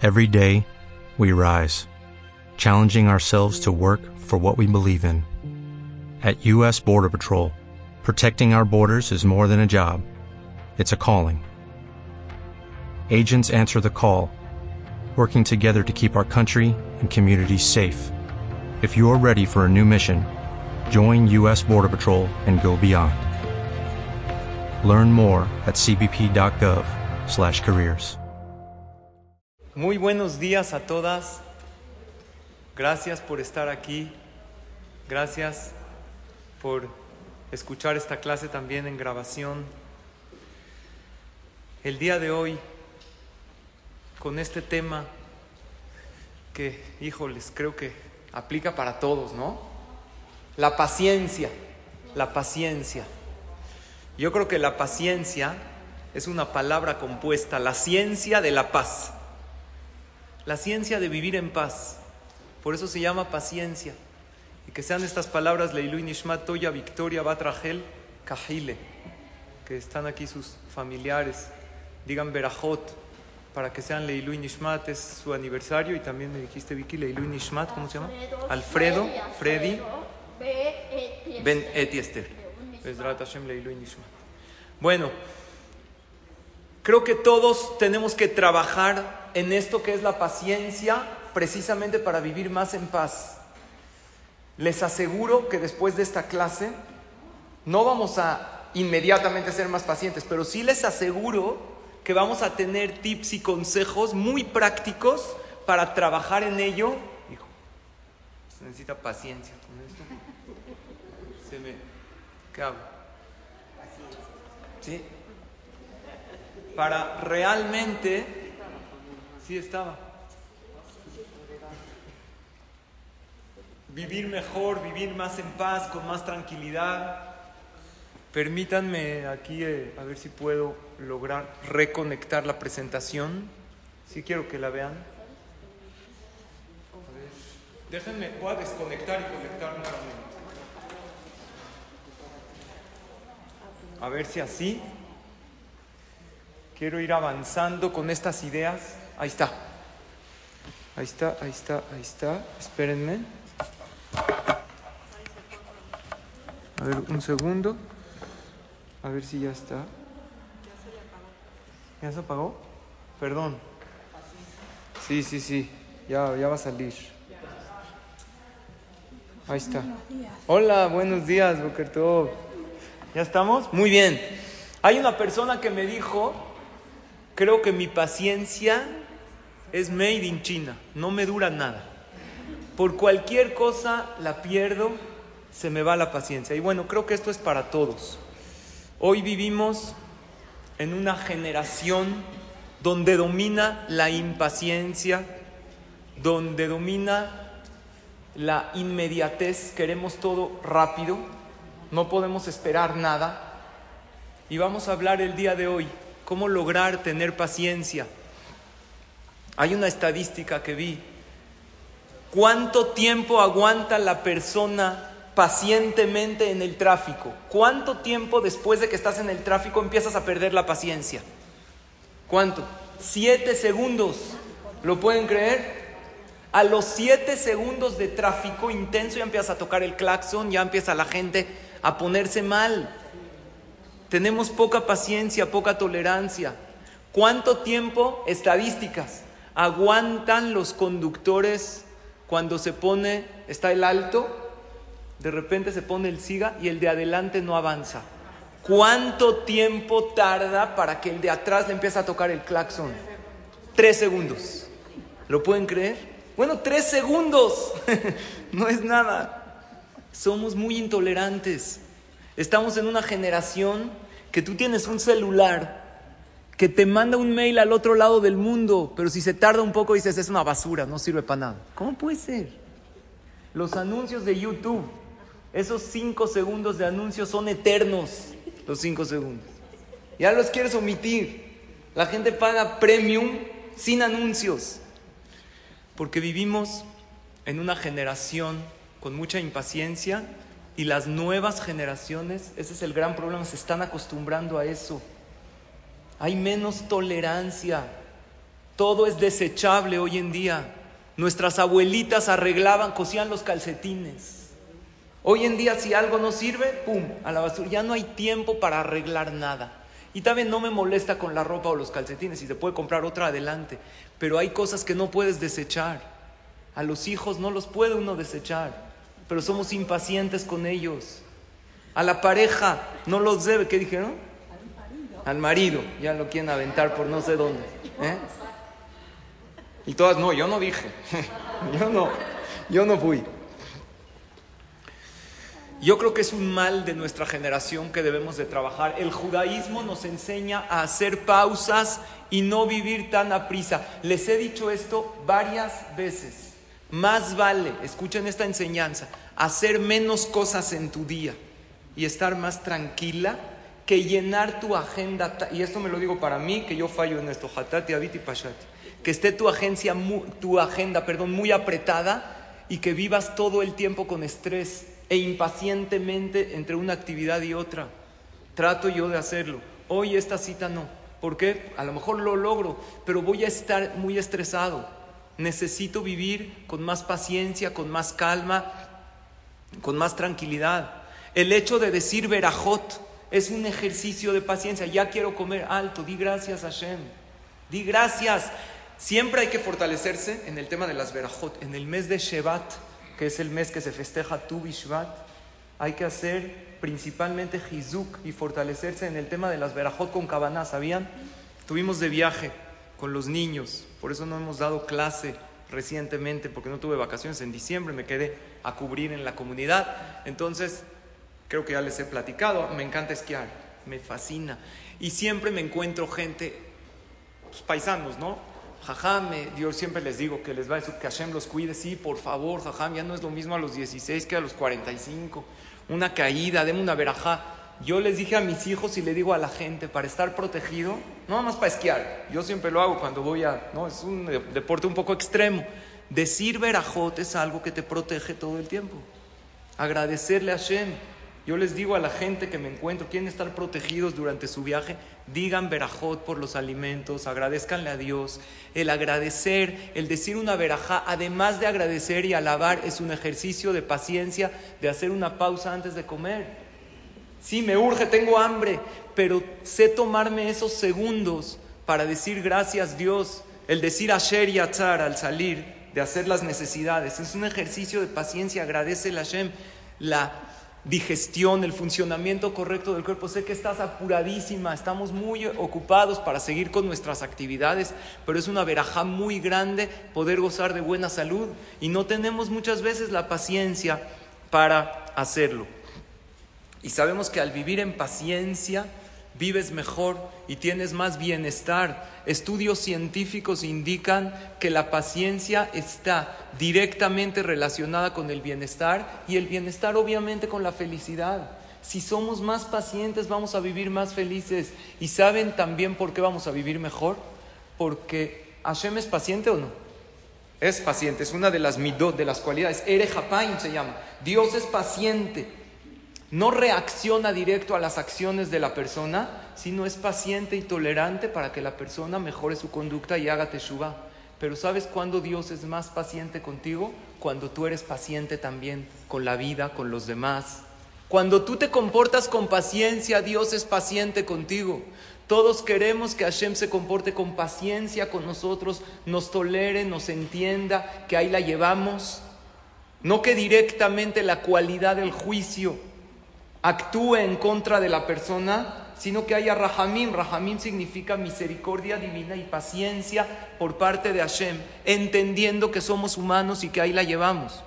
Every day, we rise, challenging ourselves to work for what we believe in. At U.S. Border Patrol, protecting our borders is more than a job. It's a calling. Agents answer the call, working together to keep our country and communities safe. If you are ready for a new mission, join U.S. Border Patrol and go beyond. Learn more at cbp.gov/careers. Muy buenos días a todas. Gracias por estar aquí. Gracias por escuchar esta clase también en grabación. El día de hoy, con este tema que, híjoles, creo que aplica para todos, ¿no? La paciencia, la paciencia. Yo creo que la paciencia es una palabra compuesta, la ciencia de la paz. La ciencia de vivir en paz. Por eso se llama paciencia. Y que sean estas palabras Leilui Nishmat Toya Victoria Bat Rachel Kahile, que están aquí sus familiares. Digan Berajot para que sean Leilui Nishmat, es su aniversario. Y también me dijiste, Vicky, Leilui Nishmat, ¿cómo se llama? Alfredo, Freddy, Ben Eti Esther. Bezrat Hashem Leilui Nishmat. Bueno, creo que todos tenemos que trabajar en esto que es la paciencia, precisamente para vivir más en paz. Les aseguro que después de esta clase no vamos a inmediatamente ser más pacientes, pero sí les aseguro que vamos a tener tips y consejos muy prácticos para trabajar en ello. Hijo, se necesita paciencia con esto. ¿Qué hago? ¿Sí? Para realmente... Sí estaba. Vivir mejor, vivir más en paz, con más tranquilidad. Permítanme aquí, a ver si puedo lograr reconectar la presentación. Sí quiero que la vean. A ver, déjenme, voy a desconectar y conectar nuevamente. A ver si así. Quiero ir avanzando con estas ideas. Ahí está. Ahí está, ahí está, ahí está. Espérenme. A ver, un segundo. A ver si ya está. ¿Ya se apagó? Perdón. Sí. Ya va a salir. Ahí está. Hola, buenos días, Boker Tov. ¿Ya estamos? Muy bien. Hay una persona que me dijo, creo que mi paciencia es made in China, no me dura nada. Por cualquier cosa la pierdo, se me va la paciencia. Y bueno, creo que esto es para todos. Hoy vivimos en una generación donde domina la impaciencia, donde domina la inmediatez, queremos todo rápido. No podemos esperar nada. Y vamos a hablar el día de hoy, cómo lograr tener paciencia. Hay una estadística que vi. ¿Cuánto tiempo aguanta la persona pacientemente en el tráfico? ¿Cuánto tiempo después de que estás en el tráfico empiezas a perder la paciencia? ¿Cuánto? 7 segundos. ¿Lo pueden creer? A los 7 segundos de tráfico intenso ya empieza a tocar el claxon, ya empieza la gente a ponerse mal. Tenemos poca paciencia, poca tolerancia. ¿Cuánto tiempo? Estadísticas. ¿Aguantan los conductores cuando está el alto? De repente se pone el siga y el de adelante no avanza. ¿Cuánto tiempo tarda para que el de atrás le empiece a tocar el claxon? 3 segundos. ¿Lo pueden creer? Bueno, 3 segundos. No es nada. Somos muy intolerantes. Estamos en una generación que tú tienes un celular que te manda un mail al otro lado del mundo, pero si se tarda un poco dices, es una basura, no sirve para nada. ¿Cómo puede ser? Los anuncios de YouTube, esos 5 segundos de anuncios son eternos, los 5 segundos. Ya los quieres omitir. La gente paga premium sin anuncios. Porque vivimos en una generación con mucha impaciencia y las nuevas generaciones, ese es el gran problema, se están acostumbrando a eso. Hay menos tolerancia. Todo es desechable hoy en día. Nuestras abuelitas arreglaban, cosían los calcetines. Hoy en día si algo no sirve, ¡pum!, a la basura. Ya no hay tiempo para arreglar nada. Y también no me molesta con la ropa o los calcetines. Si se puede comprar otra, adelante. Pero hay cosas que no puedes desechar. A los hijos no los puede uno desechar. Pero somos impacientes con ellos. A la pareja no los debe. ¿Qué dijeron? Al marido. Ya lo quieren aventar por no sé dónde. Y todas, no, yo no dije. Yo no fui. Yo creo que es un mal de nuestra generación que debemos de trabajar. El judaísmo nos enseña a hacer pausas y no vivir tan aprisa. Les he dicho esto varias veces. Más vale, escuchen esta enseñanza, hacer menos cosas en tu día y estar más tranquila que llenar tu agenda. Y esto me lo digo para mí, que yo fallo en esto. Hatati, Abiti, Pashati. Que esté tu agenda muy apretada y que vivas todo el tiempo con estrés e impacientemente entre una actividad y otra. Trato yo de hacerlo. Hoy esta cita no. ¿Por qué? A lo mejor lo logro, pero voy a estar muy estresado. Necesito vivir con más paciencia, con más calma, con más tranquilidad. El hecho de decir verajot es un ejercicio de paciencia. Ya quiero comer, alto, di gracias a Hashem. Di gracias. Siempre hay que fortalecerse en el tema de las verajot. En el mes de Shevat, que es el mes que se festeja Tu Bishvat, hay que hacer principalmente Hizuk y fortalecerse en el tema de las verajot con Kavaná. ¿Sabían? Estuvimos de viaje con los niños, por eso no hemos dado clase recientemente, porque no tuve vacaciones en diciembre, me quedé a cubrir en la comunidad. Entonces, creo que ya les he platicado, me encanta esquiar, me fascina. Y siempre me encuentro gente, pues, paisanos, ¿no? Jajam, yo siempre les digo que les va a decir que Hashem los cuide. Sí, por favor, jajam, ya no es lo mismo a los 16 que a los 45. Una caída, deme una verajá. Yo les dije a mis hijos y le digo a la gente, para estar protegido, no nada más para esquiar, yo siempre lo hago cuando voy no, es un deporte un poco extremo. Decir verajot es algo que te protege todo el tiempo. Agradecerle a Hashem. Yo les digo a la gente que me encuentro, quieren estar protegidos durante su viaje, digan verajot por los alimentos, agradezcanle a Dios. El agradecer, el decir una verajá, además de agradecer y alabar, es un ejercicio de paciencia, de hacer una pausa antes de comer. Sí, me urge, tengo hambre, pero sé tomarme esos segundos para decir gracias Dios. El decir Asher Yatzar al salir, de hacer las necesidades, es un ejercicio de paciencia. Agradece a Hashem la digestión, el funcionamiento correcto del cuerpo. Sé que estás apuradísima, estamos muy ocupados para seguir con nuestras actividades, pero es una verajá muy grande poder gozar de buena salud y no tenemos muchas veces la paciencia para hacerlo. Y sabemos que al vivir en paciencia vives mejor y tienes más bienestar. Estudios científicos indican que la paciencia está directamente relacionada con el bienestar y el bienestar obviamente con la felicidad. Si somos más pacientes vamos a vivir más felices. ¿Y saben también por qué vamos a vivir mejor? Porque Hashem es paciente o no. Es paciente, es una de las midot, de las cualidades. Ere Hapaim se llama. Dios es paciente. No reacciona directo a las acciones de la persona, sino es paciente y tolerante para que la persona mejore su conducta y haga teshuvá. Pero ¿sabes cuándo Dios es más paciente contigo? Cuando tú eres paciente también con la vida, con los demás. Cuando tú te comportas con paciencia, Dios es paciente contigo. Todos queremos que Hashem se comporte con paciencia con nosotros, nos tolere, nos entienda, que ahí la llevamos. No que directamente la cualidad del juicio actúe en contra de la persona, sino que haya rahamim. Rahamim significa misericordia divina y paciencia por parte de Hashem, entendiendo que somos humanos y que ahí la llevamos.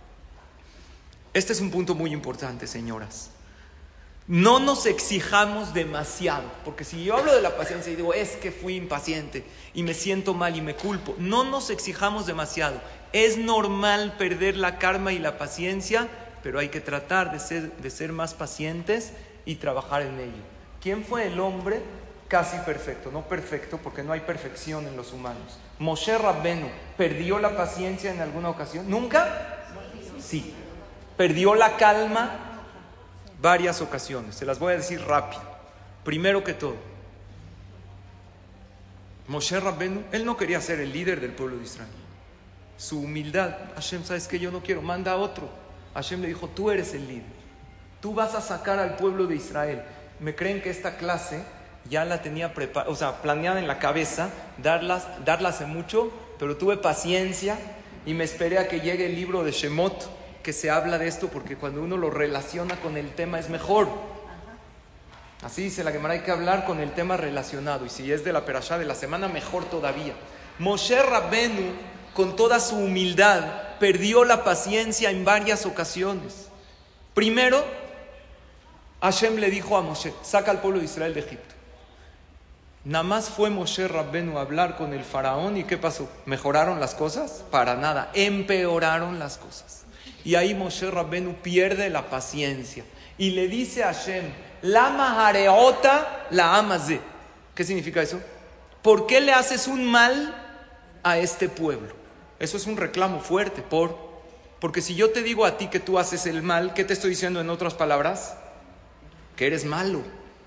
Este es un punto muy importante, señoras. No nos exijamos demasiado, porque si yo hablo de la paciencia y digo, es que fui impaciente y me siento mal y me culpo, no nos exijamos demasiado. Es normal perder la calma y la paciencia, pero hay que tratar de ser más pacientes y trabajar en ello. ¿Quién fue el hombre casi perfecto? No perfecto, porque no hay perfección en los humanos. Moshe Rabbenu, ¿perdió la paciencia en alguna ocasión? ¿Nunca? Sí. ¿Perdió la calma? Varias ocasiones. Se las voy a decir rápido. Primero que todo, Moshe Rabbenu, él no quería ser el líder del pueblo de Israel. Su humildad, Hashem, ¿sabes qué? Yo no quiero, manda a otro. Hashem le dijo, tú eres el líder. Tú vas a sacar al pueblo de Israel. Me creen que esta clase ya la tenía planeada en la cabeza, darla hace mucho, pero tuve paciencia y me esperé a que llegue el libro de Shemot, que se habla de esto, porque cuando uno lo relaciona con el tema es mejor. Así dice la Gemara, hay que hablar con el tema relacionado, y si es de la perashá de la semana, mejor todavía. Moshe Rabbenu, con toda su humildad, perdió la paciencia en varias ocasiones. Primero, Hashem le dijo a Moshe, saca al pueblo de Israel de Egipto. Nada más fue Moshe Rabbenu a hablar con el faraón, ¿y qué pasó? ¿Mejoraron las cosas? Para nada, empeoraron las cosas. Y ahí Moshe Rabbenu pierde la paciencia y le dice a Hashem, Lama hareota la amazé. ¿Qué significa eso? ¿Por qué le haces un mal a este pueblo? Eso es un reclamo fuerte. Porque si yo te digo a ti que tú haces el mal, ¿qué te estoy diciendo en otras palabras? Que eres malo.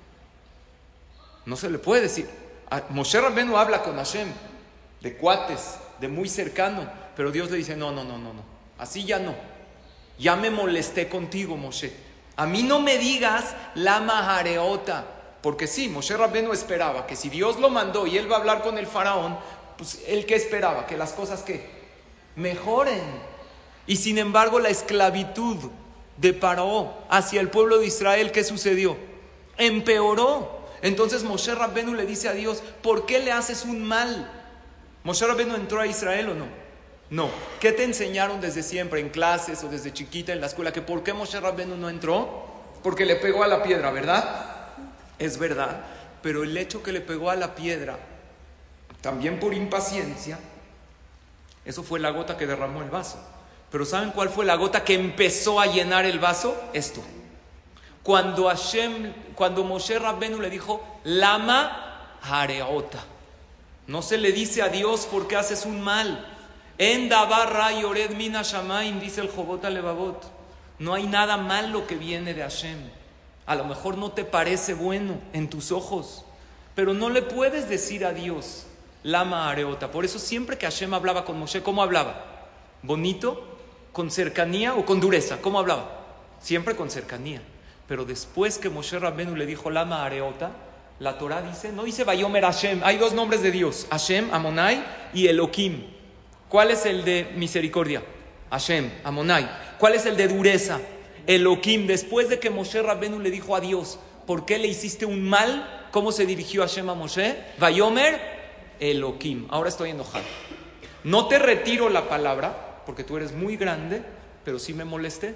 No se le puede decir. Moshe Rabbenu habla con Hashem, de cuates, de muy cercano, pero Dios le dice, no, así ya no. Ya me molesté contigo, Moshe. A mí no me digas lama hareota, porque sí, Moshe Rabbenu esperaba que si Dios lo mandó y él va a hablar con el faraón, pues él ¿qué esperaba? Que las cosas ¿qué? Mejoren. Y sin embargo la esclavitud de Paró hacia el pueblo de Israel, ¿qué sucedió? Empeoró. Entonces Moshe Rabbenu le dice a Dios, ¿por qué le haces un mal? ¿Moshe Rabbenu entró a Israel o no? No. ¿Qué te enseñaron desde siempre en clases o desde chiquita en la escuela? ¿Que por qué Moshe Rabbenu no entró? Porque le pegó a la piedra, ¿verdad? Es verdad, pero el hecho que le pegó a la piedra, también por impaciencia, eso fue la gota que derramó el vaso. Pero ¿saben cuál fue la gota que empezó a llenar el vaso? Esto. Cuando Moshe Rabbenu le dijo, Lama hareota. No se le dice a Dios por qué haces un mal. En davar ra yored mina shamaim, dice el Jobot Alevavot. No hay nada malo que viene de Hashem. A lo mejor no te parece bueno en tus ojos, pero no le puedes decir a Dios lama hareota. Por eso siempre que Hashem hablaba con Moshe, ¿cómo hablaba? ¿Bonito? ¿Con cercanía o con dureza? ¿Cómo hablaba? Siempre con cercanía. Pero después que Moshe Rabbenu le dijo lama hareota, la Torah dice, no dice Vayomer Hashem. Hay dos nombres de Dios, Hashem, Amonai, y Elohim. ¿Cuál es el de misericordia? Hashem, Amonai. ¿Cuál es el de dureza? Elohim. Después de que Moshe Rabbenu le dijo a Dios, ¿por qué le hiciste un mal? ¿Cómo se dirigió Hashem a Moshe? Vayomer Elohim. Ahora estoy enojado. No te retiro la palabra, porque tú eres muy grande, pero sí me molesté.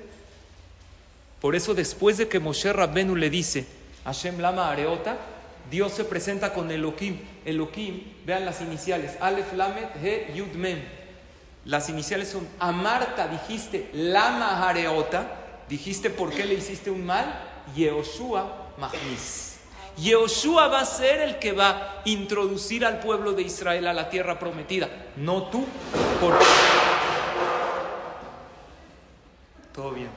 Por eso después de que Moshe Rabbenu le dice, Hashem lama hareota, Dios se presenta con Elohim. Elohim, vean las iniciales, Aleph, Lamed, He, Yud, Mem. Las iniciales son, a Marta dijiste lama hareota, dijiste por qué le hiciste un mal, Yehoshua Mahnis. Yehoshua va a ser el que va a introducir al pueblo de Israel a la tierra prometida, no tú. Todo bien.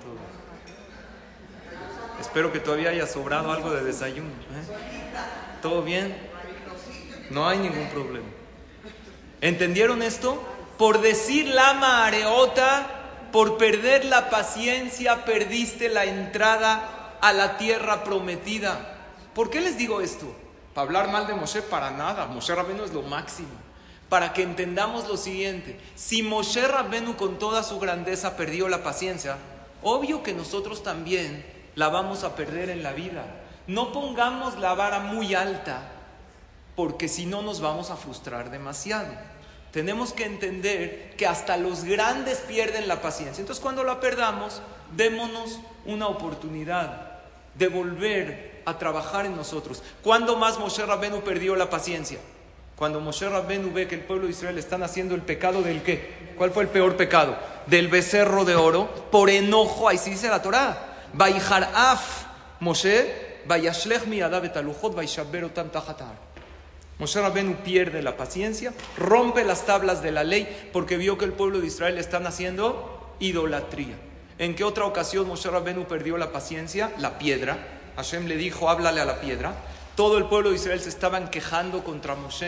Espero que todavía haya sobrado algo de desayuno. ¿Todo bien? No hay ningún problema. ¿Entendieron esto? Por decir lama hareota, por perder la paciencia, perdiste la entrada a la tierra prometida. ¿Por qué les digo esto? ¿Para hablar mal de Moshe? Para nada. Moshe Rabbenu es lo máximo. Para que entendamos lo siguiente. Si Moshe Rabbenu con toda su grandeza perdió la paciencia, obvio que nosotros también la vamos a perder en la vida. No pongamos la vara muy alta, porque si no nos vamos a frustrar demasiado. Tenemos que entender que hasta los grandes pierden la paciencia. Entonces cuando la perdamos, démonos una oportunidad de volver a trabajar en nosotros. ¿Cuándo más Moshe Rabbenu perdió la paciencia? Cuando Moshe Rabbenu ve que el pueblo de Israel están haciendo el pecado del ¿qué? ¿Cuál fue el peor pecado? Del becerro de oro, por enojo, ahí sí dice la Torah. Vaiharaf Moshe, vayashlech miyadav et alujot, vaishaber otam tajat ha'ar. Moshe Rabbenu pierde la paciencia, rompe las tablas de la ley porque vio que el pueblo de Israel están haciendo idolatría. ¿En qué otra ocasión Moshe Rabbenu perdió la paciencia? La piedra. Hashem le dijo, háblale a la piedra. Todo el pueblo de Israel se estaban quejando contra Moshe.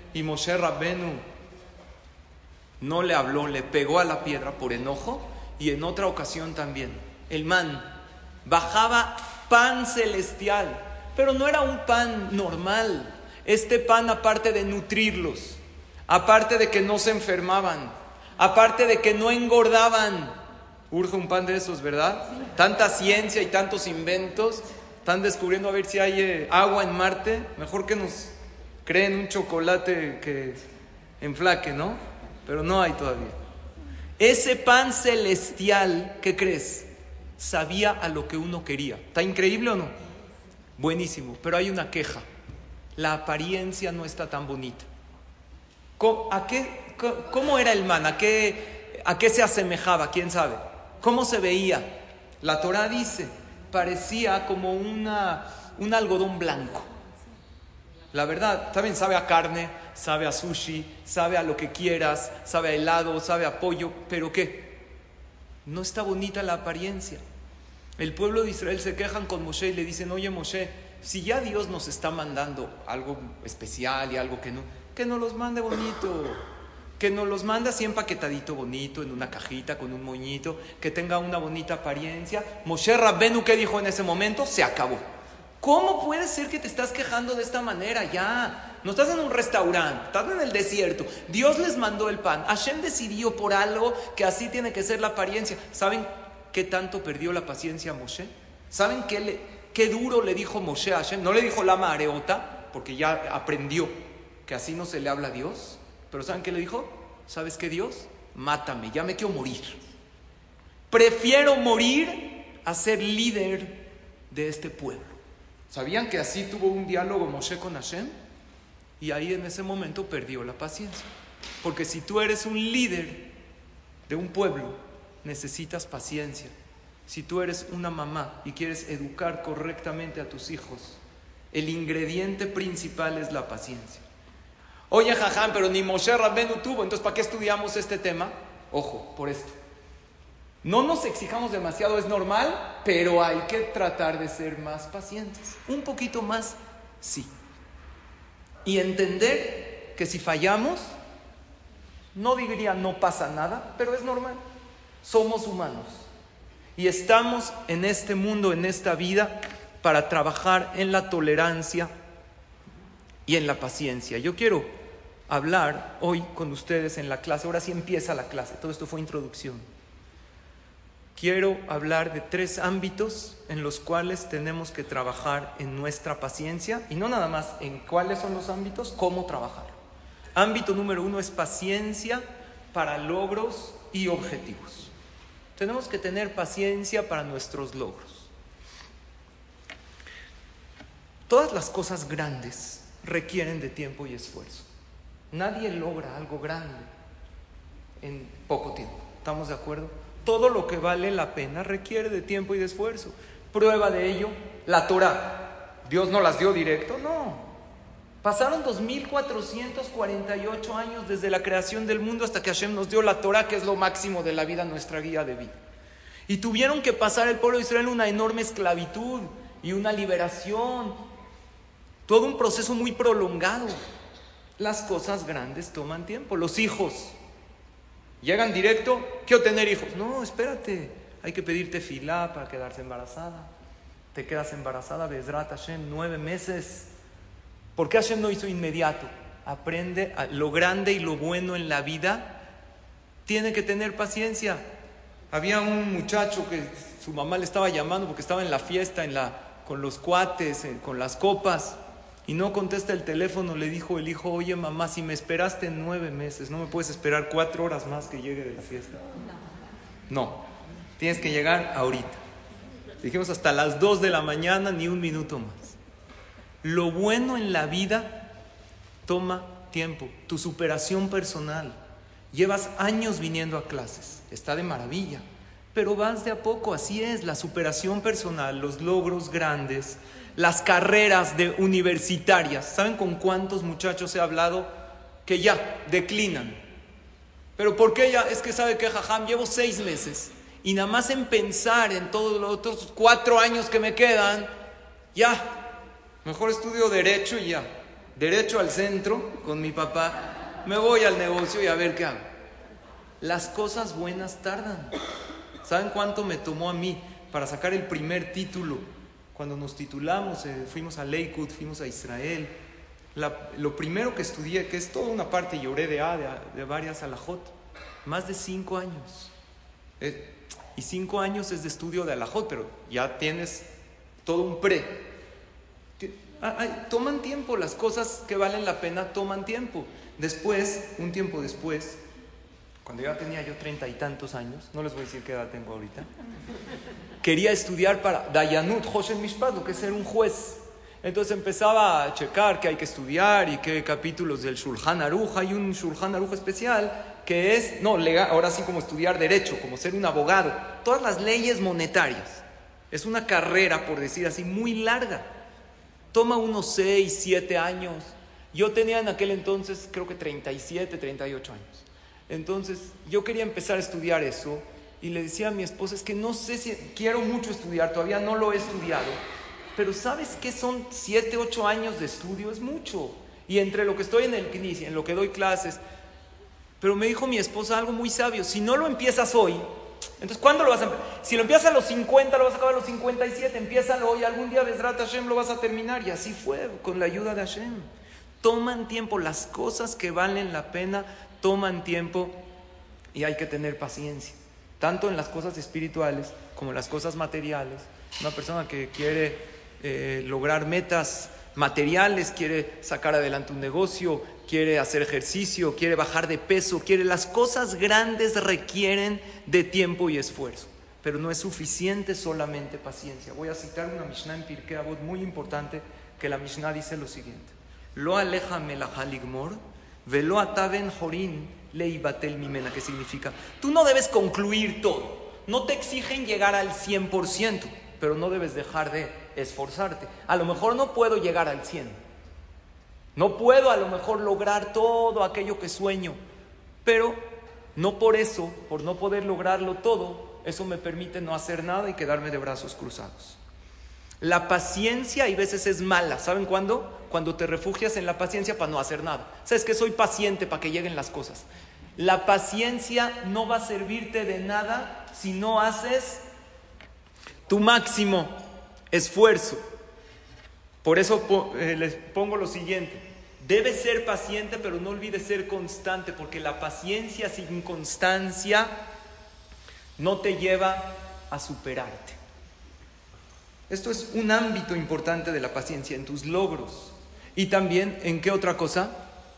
Y Moshe Rabbenu no le habló, le pegó a la piedra por enojo. Y en otra ocasión también, el man bajaba pan celestial, pero no era un pan normal. Este pan, aparte de nutrirlos, aparte de que no se enfermaban, aparte de que no engordaban, urge un pan de esos, ¿verdad? Tanta ciencia y tantos inventos, están descubriendo a ver si hay agua en Marte. Mejor que nos creen un chocolate que enflaque, ¿no? Pero no hay todavía. Ese pan celestial, ¿qué crees? Sabía a lo que uno quería. ¿Está increíble o no? Buenísimo, pero hay una queja. La apariencia no está tan bonita. ¿Cómo era el man? ¿A qué se asemejaba? ¿Quién sabe? ¿Cómo se veía? La Torah dice, parecía como un algodón blanco. La verdad, ¿saben? Sabe a carne, sabe a sushi, sabe a lo que quieras, sabe a helado, sabe a pollo, pero ¿qué? No está bonita la apariencia. El pueblo de Israel se quejan con Moshe y le dicen, oye Moshe, si ya Dios nos está mandando algo especial y algo que nos los mande bonito, que nos los mande así empaquetadito bonito, en una cajita con un moñito, que tenga una bonita apariencia. Moshe Rabbenu, ¿qué dijo en ese momento? Se acabó. ¿Cómo puede ser que te estás quejando de esta manera? Ya, no estás en un restaurante, estás en el desierto. Dios les mandó el pan. Hashem decidió por algo que así tiene que ser la apariencia. ¿Saben qué tanto perdió la paciencia a Moshe? ¿Saben qué duro le dijo Moshe a Hashem? No le dijo lama areota, porque ya aprendió que así no se le habla a Dios. Pero ¿saben qué le dijo? ¿Sabes qué, Dios? Mátame, ya me quiero morir. Prefiero morir a ser líder de este pueblo. ¿Sabían que así tuvo un diálogo Moshe con Hashem? Y ahí en ese momento perdió la paciencia. Porque si tú eres un líder de un pueblo, necesitas paciencia. Si tú eres una mamá y quieres educar correctamente a tus hijos, el ingrediente principal es la paciencia. Oye, jajam, pero ni Moshe Rabbenu tuvo, entonces ¿para qué estudiamos este tema? Ojo, por esto. No nos exijamos demasiado, es normal, pero hay que tratar de ser más pacientes. Un poquito más, sí. Y entender que si fallamos, no diría no pasa nada, pero es normal. Somos humanos. Y estamos en este mundo, en esta vida, para trabajar en la tolerancia y en la paciencia. Yo quiero hablar hoy con ustedes en la clase. Ahora sí empieza la clase. Todo esto fue introducción. Quiero hablar de 3 ámbitos en los cuales tenemos que trabajar en nuestra paciencia. Y no nada más en cuáles son los ámbitos, cómo trabajar. Ámbito número 1 es paciencia para logros y objetivos. Tenemos que tener paciencia para nuestros logros. Todas las cosas grandes requieren de tiempo y esfuerzo. Nadie logra algo grande en poco tiempo. ¿Estamos de acuerdo? Todo lo que vale la pena requiere de tiempo y de esfuerzo. Prueba de ello, la Torah. ¿Dios no las dio directo? No. Pasaron 2448 años desde la creación del mundo hasta que Hashem nos dio la Torah, que es lo máximo de la vida, nuestra guía de vida. Y tuvieron que pasar el pueblo de Israel una enorme esclavitud y una liberación. Todo un proceso muy prolongado. Las cosas grandes toman tiempo. Los hijos llegan directo, quiero tener hijos. No, espérate, hay que pedirte tefilá para quedarse embarazada. Te quedas embarazada, Bezrat Hashem, 9 meses. ¿Por qué Hashem no hizo inmediato? Aprende lo grande y lo bueno en la vida. Tiene que tener paciencia. Había un muchacho que su mamá le estaba llamando porque estaba en la fiesta, con los cuates, con las copas. Y no contesta el teléfono, le dijo el hijo, oye mamá, si me esperaste 9 meses, ¿no me puedes esperar 4 horas más que llegue de la fiesta? No, tienes que llegar ahorita. Dijimos hasta las 2 de la mañana, ni un minuto más. Lo bueno en la vida toma tiempo. Tu superación personal. Llevas años viniendo a clases, está de maravilla, pero vas de a poco, así es, la superación personal, los logros grandes, las carreras universitarias. ¿Saben con cuántos muchachos he hablado que ya declinan? ¿Pero por qué ya? Es que sabe que, jajam, llevo 6 meses y nada más en pensar en todos los otros 4 años que me quedan, ya, mejor estudio derecho y ya. derecho al centro con mi papá, me voy al negocio y a ver qué hago. Las cosas buenas tardan. ¿Saben cuánto me tomó a mí para sacar el primer título? Cuando nos titulamos, fuimos a Lakewood, fuimos a Israel. Lo primero que estudié, que es toda una parte, lloré de varias alajot, más de 5 años. Y 5 años es de estudio de alajot, pero ya tienes todo un toman tiempo, las cosas que valen la pena toman tiempo. Después, un tiempo después, cuando ya tenía yo 30 y tantos años, no les voy a decir qué edad tengo ahorita, quería estudiar para Dayanut Hoshen Mishpat, lo que es ser un juez. Entonces empezaba a checar qué hay que estudiar y qué capítulos del Shulchan Aruch. Hay un Shulchan Aruch especial que es, ahora sí, como estudiar derecho, como ser un abogado. Todas las leyes monetarias. Es una carrera, por decir así, muy larga. Toma unos 6, 7 años. Yo tenía en aquel entonces, creo que 37, 38 años. Entonces, yo quería empezar a estudiar eso y le decía a mi esposa, es que no sé si quiero mucho estudiar, todavía no lo he estudiado, pero ¿sabes qué son 7, 8 años de estudio? Es mucho. Y entre lo que estoy en el CNIS y en lo que doy clases, pero me dijo mi esposa algo muy sabio, si no lo empiezas hoy, entonces ¿cuándo lo vas a empezar? Si lo empiezas a los 50, lo vas a acabar a los 57, empiézalo hoy, algún día Bezrat Hashem lo vas a terminar. Y así fue, con la ayuda de Hashem. Toman tiempo, las cosas que valen la pena toman tiempo y hay que tener paciencia, tanto en las cosas espirituales como en las cosas materiales. Una persona que quiere lograr metas materiales, quiere sacar adelante un negocio, quiere hacer ejercicio, quiere bajar de peso, las cosas grandes requieren de tiempo y esfuerzo, pero no es suficiente solamente paciencia. Voy a citar una Mishnah en Pirkei Avot muy importante, que la Mishnah dice lo siguiente: Lo aleja melajá ligmor, velo ataben jorin leibatel mimena, que significa, tú no debes concluir todo, no te exigen llegar al 100%, pero no debes dejar de esforzarte. A lo mejor no puedo llegar al 100%, no puedo a lo mejor lograr todo aquello que sueño, pero no por eso, por no poder lograrlo todo, eso me permite no hacer nada y quedarme de brazos cruzados. La paciencia hay veces es mala. ¿Saben cuándo? Cuando te refugias en la paciencia para no hacer nada. ¿Sabes que soy paciente para que lleguen las cosas? La paciencia no va a servirte de nada si no haces tu máximo esfuerzo. Por eso les pongo lo siguiente: debes ser paciente, pero no olvides ser constante, porque la paciencia sin constancia no te lleva a superarte. Esto es un ámbito importante de la paciencia, en tus logros. Y también, ¿en qué otra cosa?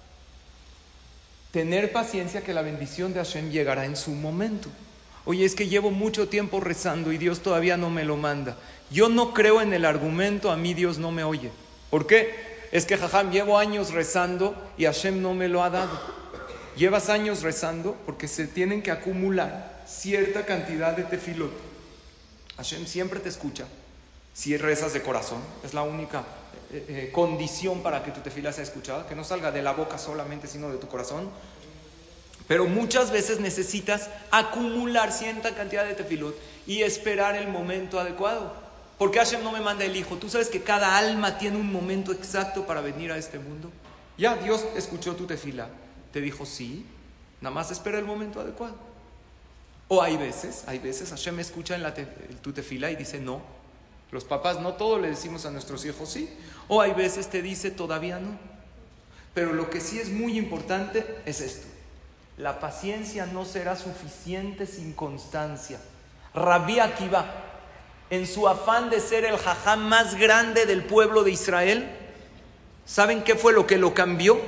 Tener paciencia, que la bendición de Hashem llegará en su momento. Oye, es que llevo mucho tiempo rezando y Dios todavía no me lo manda. Yo no creo en el argumento, a mí Dios no me oye. ¿Por qué? Es que, jajam, llevo años rezando y Hashem no me lo ha dado. Llevas años rezando porque se tienen que acumular cierta cantidad de tefilot. Hashem siempre te escucha si rezas de corazón. Es la única condición para que tu tefila sea escuchada, que no salga de la boca solamente, sino de tu corazón. Pero muchas veces necesitas acumular cierta cantidad de tefilot y esperar el momento adecuado. ¿Por qué Hashem no me manda el hijo? ¿Tú sabes que cada alma tiene un momento exacto para venir a este mundo? Ya Dios escuchó tu tefila, te dijo sí, nada más espera el momento adecuado. O hay veces Hashem escucha en tu tefila y dice no. Los papás no todo le decimos a nuestros hijos sí. O hay veces te dice todavía no. Pero lo que sí es muy importante es esto: la paciencia no será suficiente sin constancia. Rabbi Akiva, en su afán de ser el jajam más grande del pueblo de Israel, ¿saben qué fue lo que lo cambió?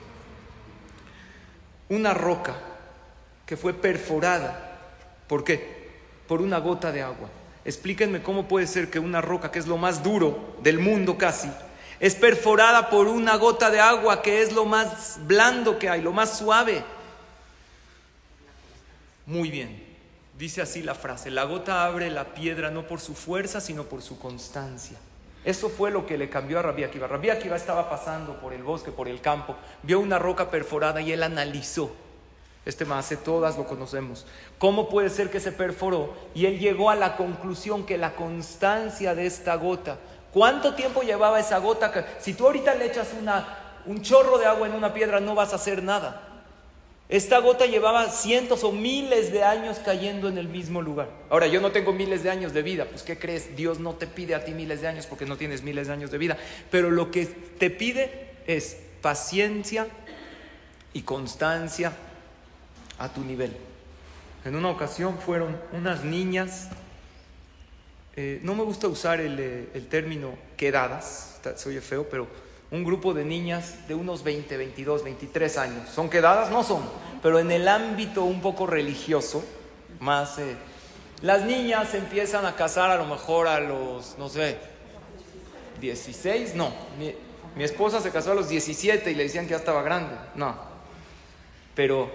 Una roca que fue perforada. ¿Por qué? Por una gota de agua. Explíquenme cómo puede ser que una roca, que es lo más duro del mundo casi, es perforada por una gota de agua, que es lo más blando que hay, lo más suave. Muy bien, dice así la frase: la gota abre la piedra no por su fuerza, sino por su constancia. Eso fue lo que le cambió a Rabbi Akiva. Rabbi Akiva estaba pasando por el bosque, por el campo, vio una roca perforada y él analizó. Este maaseh todas lo conocemos. ¿Cómo puede ser que se perforó? Y él llegó a la conclusión que la constancia de esta gota. ¿Cuánto tiempo llevaba esa gota? Si tú ahorita le echas Un chorro de agua en una piedra no vas a hacer nada. Esta gota llevaba cientos o miles de años cayendo en el mismo lugar. Ahora, yo no tengo miles de años de vida. Pues, ¿qué crees? Dios no te pide a ti miles de años porque no tienes miles de años de vida. Pero lo que te pide es paciencia y constancia a tu nivel. En una ocasión fueron unas niñas, no me gusta usar el término quedadas, se oye feo, pero un grupo de niñas de unos 20, 22, 23 años. ¿Son quedadas? No son, pero en el ámbito un poco religioso, más... las niñas se empiezan a casar a lo mejor a los, no sé, 16, no. Mi esposa se casó a los 17 y le decían que ya estaba grande. No. Pero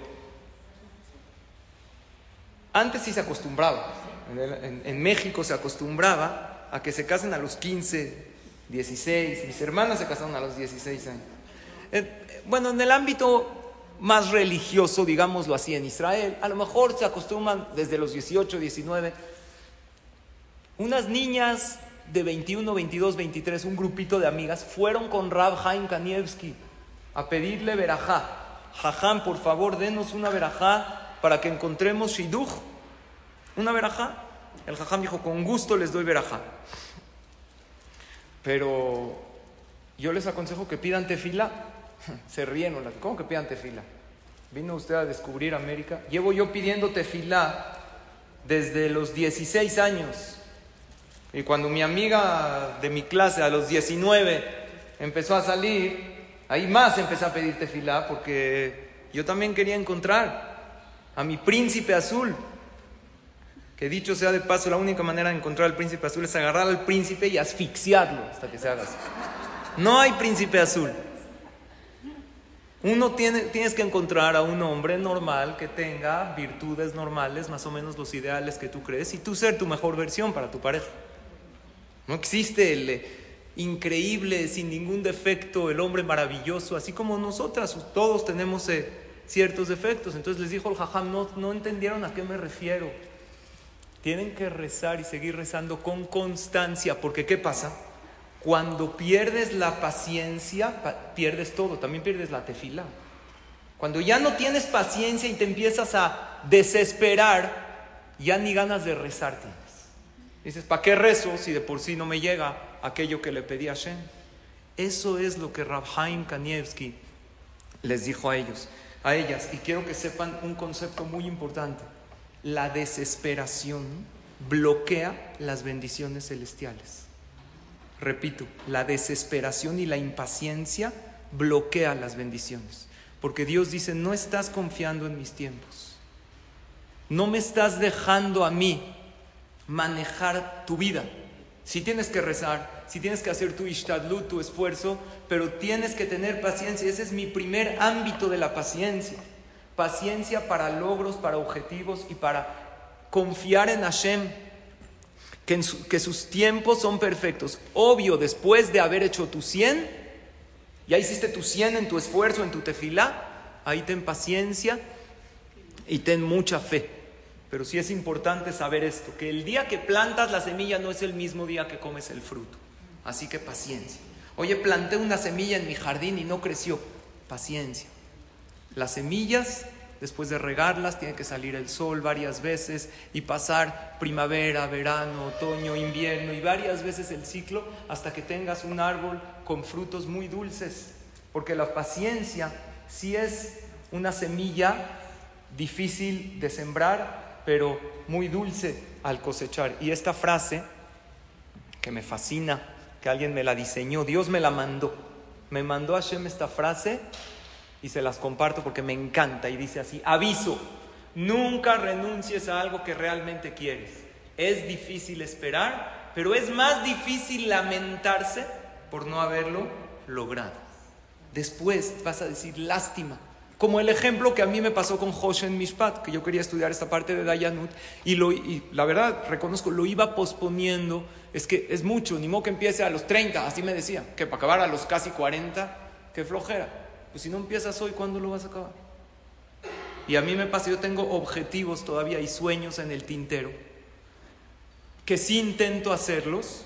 antes sí se acostumbraba. En México se acostumbraba a que se casen a los 15, 16. Mis hermanas se casaron a los 16 años. Bueno, en el ámbito más religioso, digámoslo así, en Israel, a lo mejor se acostumbran desde los 18, 19. Unas niñas de 21, 22, 23, un grupito de amigas, fueron con Rab Haim Kanievsky a pedirle verajá. Jajam, por favor, denos una verajá para que encontremos shidduch. Una verajá. El jajam dijo, con gusto les doy verajá. Pero yo les aconsejo que pidan tefilá. Se ríen, ¿cómo que pidan tefilá? ¿Vino usted a descubrir América? Llevo yo pidiendo tefilá desde los 16 años. Y cuando mi amiga de mi clase a los 19 empezó a salir, ahí más empecé a pedir tefilá, porque yo también quería encontrar a mi príncipe azul. Que dicho sea de paso, la única manera de encontrar al príncipe azul es agarrar al príncipe y asfixiarlo hasta que se haga así. No hay príncipe azul. Tienes que encontrar a un hombre normal que tenga virtudes normales, más o menos los ideales que tú crees, y tú ser tu mejor versión para tu pareja. No existe el increíble, sin ningún defecto, el hombre maravilloso, así como nosotras, todos tenemos ciertos defectos. Entonces les dijo el jajam, no entendieron a qué me refiero. Tienen que rezar y seguir rezando con constancia, porque ¿qué pasa? Cuando pierdes la paciencia, pierdes todo, también pierdes la tefilá. Cuando ya no tienes paciencia y te empiezas a desesperar, ya ni ganas de rezar tienes. Dices, ¿para qué rezo si de por sí no me llega aquello que le pedí a Hashem? Eso es lo que Rab Haim Kanievsky les dijo a ellas. Y quiero que sepan un concepto muy importante. La desesperación bloquea las bendiciones celestiales. Repito, la desesperación y la impaciencia bloquea las bendiciones. Porque Dios dice, no estás confiando en mis tiempos. No me estás dejando a mí manejar tu vida. Si tienes que rezar, si tienes que hacer tu ishtadlut, tu esfuerzo, pero tienes que tener paciencia. Ese es mi primer ámbito de la paciencia. Paciencia para logros, para objetivos y para confiar en Hashem, que sus tiempos son perfectos. Obvio, después de haber hecho tu 100, ya hiciste tu 100 en tu esfuerzo, en tu tefilá, ahí ten paciencia y ten mucha fe. Pero sí es importante saber esto, que el día que plantas la semilla no es el mismo día que comes el fruto. Así que paciencia. Oye, planté una semilla en mi jardín y no creció. Paciencia. Las semillas, después de regarlas, tiene que salir el sol varias veces y pasar primavera, verano, otoño, invierno y varias veces el ciclo hasta que tengas un árbol con frutos muy dulces. Porque la paciencia sí es una semilla difícil de sembrar, pero muy dulce al cosechar. Y esta frase, que me fascina, que alguien me la diseñó, Dios me la mandó. Me mandó Hashem esta frase y se las comparto porque me encanta. Y dice así: aviso, nunca renuncies a algo que realmente quieres. Es difícil esperar, pero es más difícil lamentarse por no haberlo logrado. Después vas a decir lástima. Como el ejemplo que a mí me pasó con Hoshen Mishpat, que yo quería estudiar esta parte de Dayanut y la verdad, reconozco, lo iba posponiendo. Es que es mucho, ni modo que empiece a los 30, así me decía, que para acabar a los casi 40, qué flojera. Pues si no empiezas hoy, ¿cuándo lo vas a acabar? Y a mí me pasa, yo tengo objetivos todavía y sueños en el tintero, que sí intento hacerlos,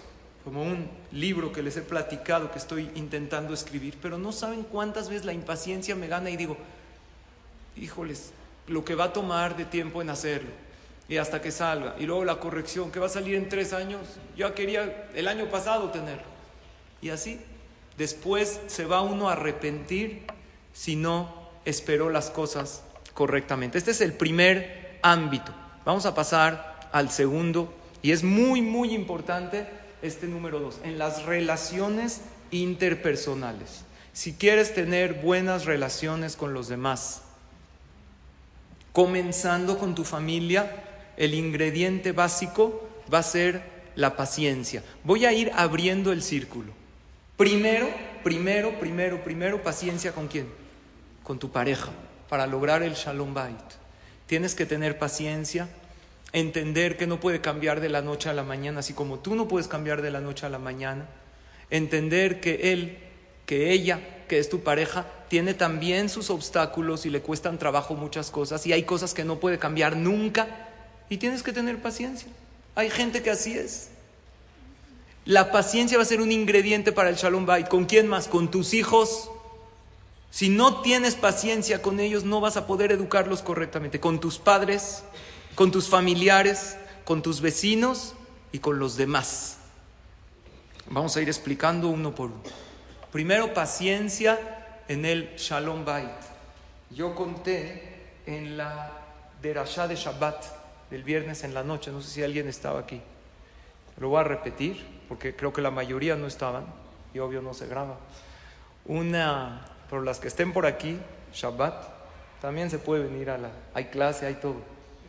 como un libro que les he platicado que estoy intentando escribir, pero no saben cuántas veces la impaciencia me gana y digo, híjoles, lo que va a tomar de tiempo en hacerlo, y hasta que salga, y luego la corrección, que va a salir en 3 años, yo quería el año pasado tenerlo, y así, después se va uno a arrepentir si no esperó las cosas correctamente. Este es el primer ámbito. Vamos a pasar al segundo, y es muy, muy importante este número 2, en las relaciones interpersonales. Si quieres tener buenas relaciones con los demás, comenzando con tu familia, el ingrediente básico va a ser la paciencia. Voy a ir abriendo el círculo. Primero, paciencia ¿con quién? Con tu pareja, para lograr el Shalom Bait. Tienes que tener paciencia, entender que no puede cambiar de la noche a la mañana, así como tú no puedes cambiar de la noche a la mañana. Entender que él, que ella, que es tu pareja, tiene también sus obstáculos y le cuestan trabajo muchas cosas, y hay cosas que no puede cambiar nunca, y tienes que tener paciencia. Hay gente que así es. La paciencia va a ser un ingrediente para el Shalom Bait. ¿Con quién más? Con tus hijos. Si no tienes paciencia con ellos, no vas a poder educarlos correctamente. Con tus padres, con tus familiares, con tus vecinos y con los demás. Vamos a ir explicando uno por uno. Primero, paciencia en el Shalom Bait. Yo conté en la Derashá de Shabbat del viernes en la noche, no sé si alguien estaba aquí, lo voy a repetir porque creo que la mayoría no estaban y obvio no se graba. Pero las que estén por aquí, Shabbat, también se puede venir hay clase, hay todo.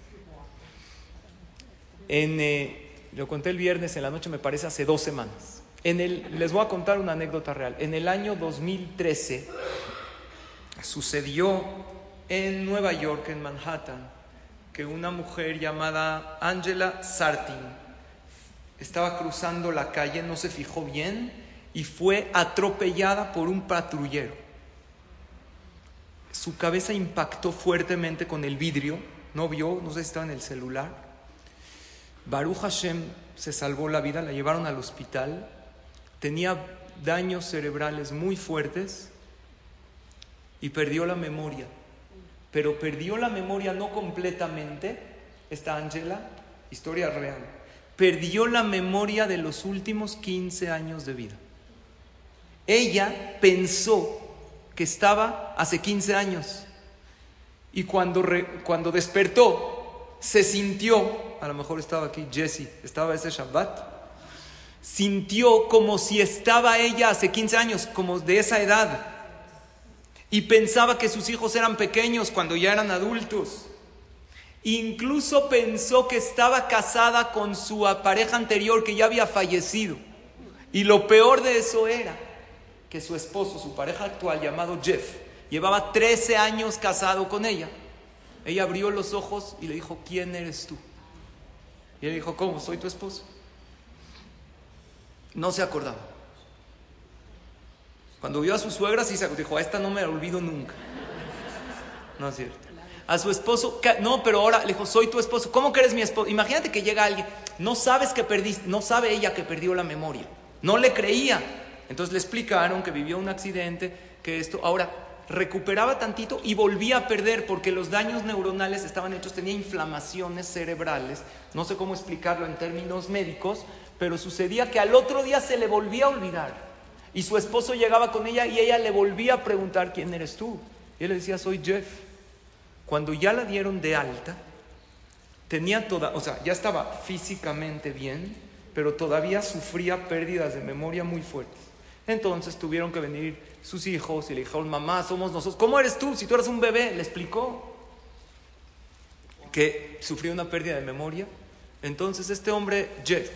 Lo conté el viernes en la noche, me parece hace 2 semanas. Les voy a contar una anécdota real. En el año 2013 sucedió en Nueva York, en Manhattan, que una mujer llamada Angela Sartin estaba cruzando la calle, no se fijó bien y fue atropellada por un patrullero. Su cabeza impactó fuertemente con el vidrio, no vio, no sé si estaba en el celular. Baruch Hashem se salvó la vida, la llevaron al hospital, tenía daños cerebrales muy fuertes y perdió la memoria. Pero perdió la memoria no completamente, esta Angela, historia real, perdió la memoria de los últimos 15 años de vida. Ella pensó que estaba hace 15 años y cuando despertó se sintió, a lo mejor estaba aquí Jesse, estaba ese Shabbat, sintió como si estaba ella hace 15 años, como de esa edad. Y pensaba que sus hijos eran pequeños cuando ya eran adultos. Incluso pensó que estaba casada con su pareja anterior que ya había fallecido. Y lo peor de eso era que su esposo, su pareja actual llamado Jeff, llevaba 13 años casado con ella. Ella abrió los ojos y le dijo, ¿quién eres tú? Y él dijo, ¿cómo? Soy tu esposo. No se acordaba. Cuando vio a su suegra, sí se dijo, a esta no me la olvido nunca. No es cierto. A su esposo, no, pero ahora le dijo, soy tu esposo. ¿Cómo que eres mi esposo? Imagínate que llega alguien, no sabes que perdiste, no sabe ella que perdió la memoria. No le creía. Entonces le explicaron que vivió un accidente, que esto, ahora recuperaba tantito y volvía a perder porque los daños neuronales estaban hechos, tenía inflamaciones cerebrales. No sé cómo explicarlo en términos médicos, pero sucedía que al otro día se le volvía a olvidar. Y su esposo llegaba con ella y ella le volvía a preguntar, ¿quién eres tú? Y él le decía, soy Jeff. Cuando ya la dieron de alta, ya estaba físicamente bien, pero todavía sufría pérdidas de memoria muy fuertes. Entonces tuvieron que venir sus hijos y le dijeron, mamá, somos nosotros. ¿Cómo eres tú? Si tú eres un bebé. Le explicó que sufrió una pérdida de memoria. Entonces este hombre, Jeff,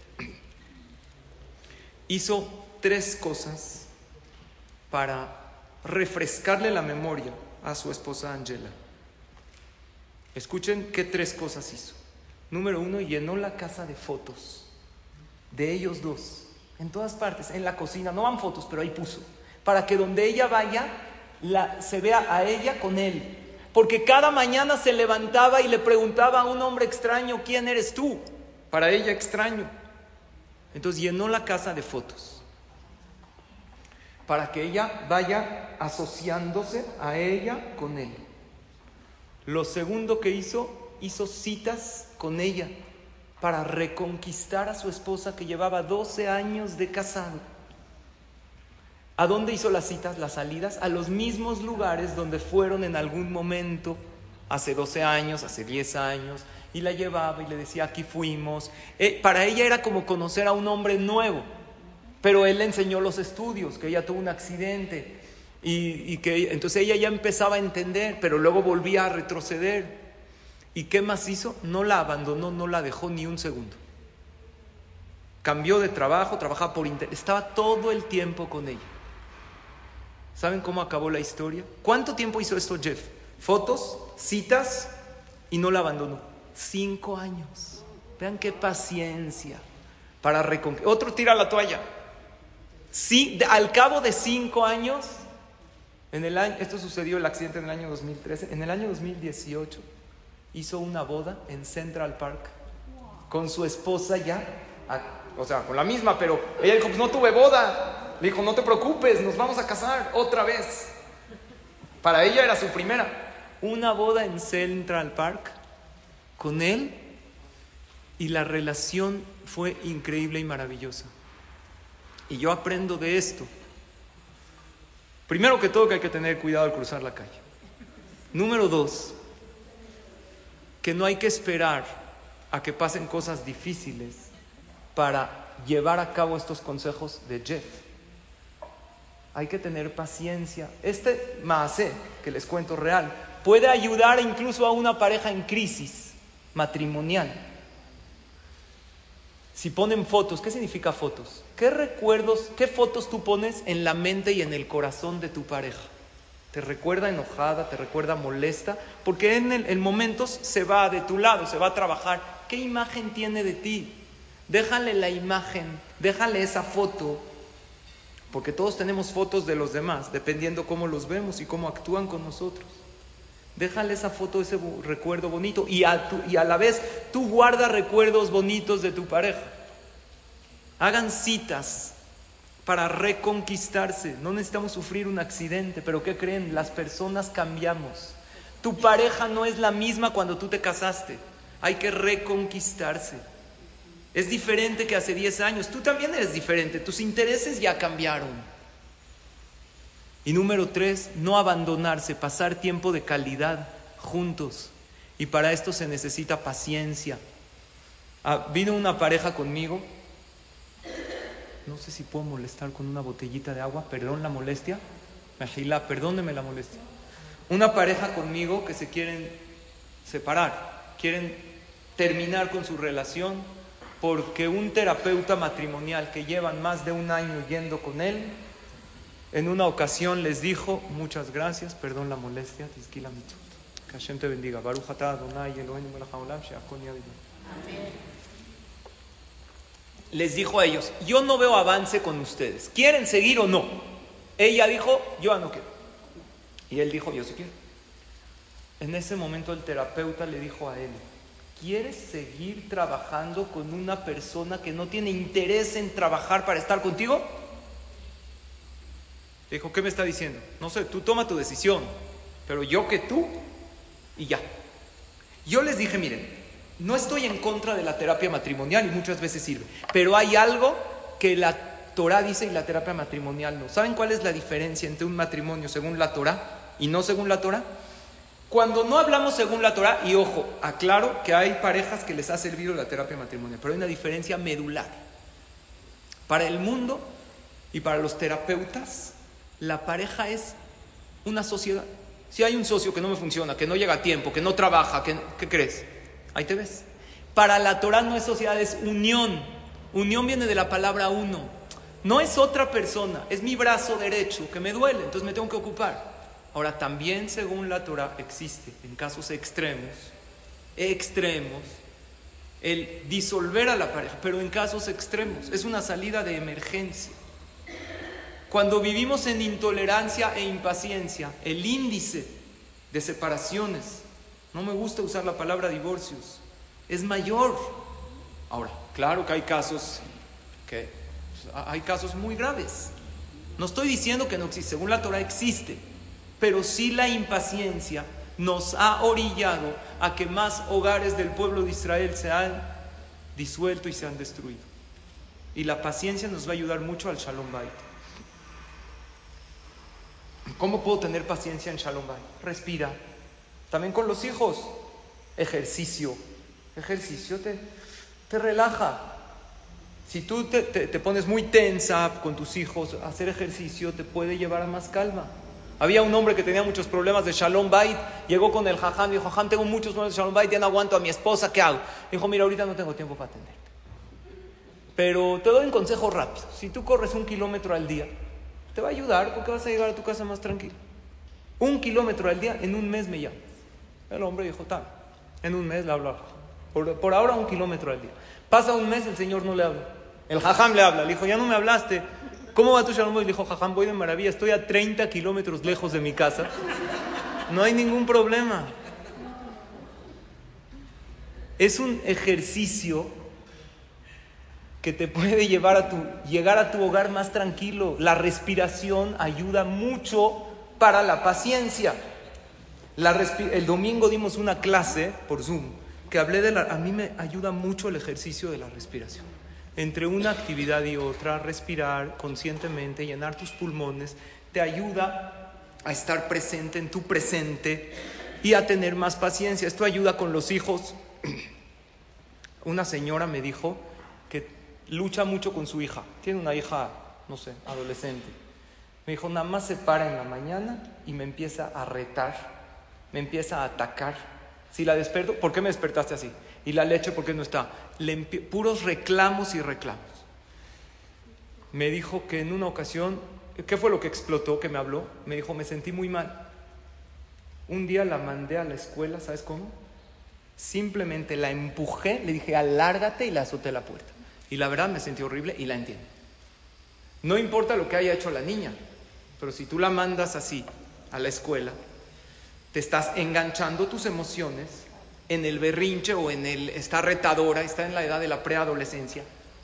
hizo 3 cosas para refrescarle la memoria a su esposa Angela. Escuchen qué 3 cosas hizo. Número 1, llenó la casa de fotos de ellos dos, en todas partes, en la cocina, no van fotos, pero ahí puso, para que donde ella vaya, se vea a ella con él, porque cada mañana se levantaba y le preguntaba a un hombre extraño, ¿quién eres tú? Para ella extraño. Entonces llenó la casa de fotos para que ella vaya asociándose a ella con él. Lo segundo que hizo citas con ella para reconquistar a su esposa que llevaba 12 años de casado. ¿A dónde hizo las citas, las salidas? A los mismos lugares donde fueron en algún momento, hace 12 años, hace 10 años, y la llevaba y le decía, aquí fuimos. Para ella era como conocer a un hombre nuevo, pero él le enseñó los estudios, que ella tuvo un accidente, y que entonces ella ya empezaba a entender, pero luego volvía a retroceder. ¿Y qué más hizo? No la abandonó, no la dejó ni un segundo. Cambió de trabajo, trabajaba por internet, estaba todo el tiempo con ella. ¿Saben cómo acabó la historia? ¿Cuánto tiempo hizo esto Jeff? Fotos, citas, y no la abandonó. 5 años. Vean qué paciencia para reconquistar. Otro tira la toalla. Sí, al cabo de 5 años, esto sucedió, el accidente en el año 2013, en el año 2018 hizo una boda en Central Park con su esposa ya, o sea, con la misma, pero ella dijo, pues no tuve boda. Le dijo, no te preocupes, nos vamos a casar otra vez. Para ella era su primera. Una boda en Central Park con él, y la relación fue increíble y maravillosa. Y yo aprendo de esto. Primero que todo, que hay que tener cuidado al cruzar la calle. Número 2, que no hay que esperar a que pasen cosas difíciles para llevar a cabo estos consejos de Jeff. Hay que tener paciencia. Este maasé que les cuento real puede ayudar incluso a una pareja en crisis matrimonial. Si ponen fotos, ¿qué significa fotos? ¿Qué recuerdos, qué fotos tú pones en la mente y en el corazón de tu pareja? ¿Te recuerda enojada? ¿Te recuerda molesta? Porque en momentos se va de tu lado, se va a trabajar. ¿Qué imagen tiene de ti? Déjale la imagen, déjale esa foto, porque todos tenemos fotos de los demás, dependiendo cómo los vemos y cómo actúan con nosotros. Déjale esa foto, ese recuerdo bonito, y a la vez tú guarda recuerdos bonitos de tu pareja. Hagan citas para reconquistarse. No necesitamos sufrir un accidente, pero ¿qué creen? Las personas cambiamos. Tu pareja no es la misma cuando tú te casaste. Hay que reconquistarse. Es diferente que hace 10 años. Tú también eres diferente. Tus intereses ya cambiaron. Y número 3, no abandonarse, pasar tiempo de calidad juntos. Y para esto se necesita paciencia. Vino una pareja conmigo. No sé si puedo molestar con una botellita de agua. Perdón la molestia. Mejilá, perdóneme la molestia. Una pareja conmigo que se quieren separar. Quieren terminar con su relación porque un terapeuta matrimonial que llevan más de 1 año yendo con él, en una ocasión les dijo, muchas gracias, perdón la molestia, que Hashem te bendiga. Baruch atah Adonai Eloheinu melech haolam she'akol nהיה bid'ah. Les dijo a ellos, yo no veo avance con ustedes, ¿quieren seguir o no? Ella dijo, yo no quiero. Y él dijo, yo sí quiero. En ese momento el terapeuta le dijo a él, ¿quieres seguir trabajando con una persona que no tiene interés en trabajar para estar contigo? Le dijo, ¿qué me está diciendo? No sé, tú toma tu decisión, pero yo que tú, y ya. Yo les dije, miren, no estoy en contra de la terapia matrimonial y muchas veces sirve, pero hay algo que la Torah dice y la terapia matrimonial no. ¿Saben cuál es la diferencia entre un matrimonio según la Torah y no según la Torah? Cuando no hablamos según la Torah, y ojo, aclaro que hay parejas que les ha servido la terapia matrimonial, pero hay una diferencia medular. Para el mundo y para los terapeutas, la pareja es una sociedad. Si hay un socio que no me funciona, que no llega a tiempo, que no trabaja, ¿qué crees? Ahí te ves. Para la Torah no es sociedad, es unión. Unión viene de la palabra uno. No es otra persona, es mi brazo derecho que me duele, entonces me tengo que ocupar. Ahora, también según la Torah existe, en casos extremos, el disolver a la pareja, pero en casos extremos, es una salida de emergencia. Cuando vivimos en intolerancia e impaciencia, el índice de separaciones, no me gusta usar la palabra divorcios, es mayor. Ahora, claro que hay casos que hay casos muy graves. No estoy diciendo que no existe, según la Torah existe, pero sí la impaciencia nos ha orillado a que más hogares del pueblo de Israel se han disuelto y se han destruido. Y la paciencia nos va a ayudar mucho al Shalom Bayit. ¿Cómo puedo tener paciencia en Shalom Bayit? Respira. También con los hijos. Ejercicio te relaja. Si tú te pones muy tensa con tus hijos, hacer ejercicio te puede llevar a más calma. Había un hombre que tenía muchos problemas de Shalom Bayit, llegó con el jajam, dijo: jajam, tengo muchos problemas de Shalom Bayit, ya no aguanto a mi esposa, ¿qué hago? Dijo: mira, ahorita no tengo tiempo para atenderte, pero te doy un consejo rápido. Si tú corres 1 kilómetro al día, te va a ayudar porque vas a llegar a tu casa más tranquilo. 1 kilómetro al día, en un mes me llamas. El hombre dijo: tal, en un mes le hablo. Por ahora 1 kilómetro al día. Pasa un mes, el señor no le habla. El jajam le habla, le dijo: ya no me hablaste, ¿cómo va tu Shalom Bayit? Le dijo: jajam, voy de maravilla, estoy a 30 kilómetros lejos de mi casa, no hay ningún problema. Es un ejercicio que te puede llegar a tu hogar más tranquilo. La respiración ayuda mucho para la paciencia. El domingo dimos una clase por Zoom que hablé a mí me ayuda mucho el ejercicio de la respiración. Entre una actividad y otra, respirar conscientemente, llenar tus pulmones, te ayuda a estar presente en tu presente y a tener más paciencia. Esto ayuda con los hijos. Una señora me dijo que lucha mucho con su hija. Tiene una hija, no sé, adolescente. Me dijo: nada más se para en la mañana y me empieza a retar, me empieza a atacar. Si la despierto: ¿por qué me despertaste así? Y la leche, ¿por qué no está? Puros reclamos y reclamos. Me dijo que en una ocasión, ¿qué fue lo que explotó? Que me habló. Me dijo: me sentí muy mal. Un día la mandé a la escuela, ¿sabes cómo? Simplemente la empujé, le dije: alárgate, y la azoté la puerta. Y la verdad me sentí horrible y la entiendo. No importa lo que haya hecho la niña, pero si tú la mandas así a la escuela, te estás enganchando tus emociones en el berrinche o está retadora, está en la edad de la preadolescencia.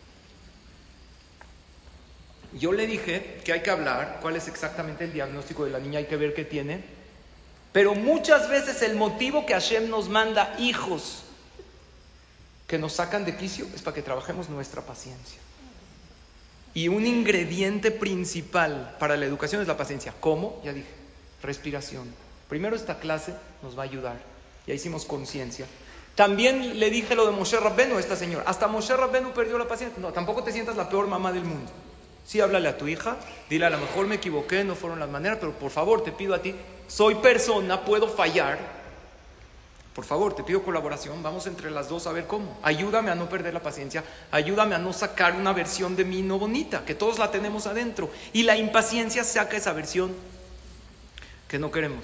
Yo le dije que hay que hablar, cuál es exactamente el diagnóstico de la niña, hay que ver qué tiene. Pero muchas veces el motivo que Hashem nos manda hijos que nos sacan de quicio es para que trabajemos nuestra paciencia. Y un ingrediente principal para la educación es la paciencia. ¿Cómo? Ya dije, respiración. Primero esta clase nos va a ayudar. Ya hicimos conciencia. También le dije lo de Moshe Rabbenu a esta señora. Hasta Moshe Rabbenu perdió la paciencia. No, tampoco te sientas la peor mamá del mundo. Sí, háblale a tu hija, dile: a lo mejor me equivoqué, no fueron las maneras, pero por favor te pido a ti, soy persona, puedo fallar. Por favor, te pido colaboración, vamos entre las dos a ver cómo. Ayúdame a no perder la paciencia, ayúdame a no sacar una versión de mí no bonita, que todos la tenemos adentro. Y la impaciencia saca esa versión que no queremos.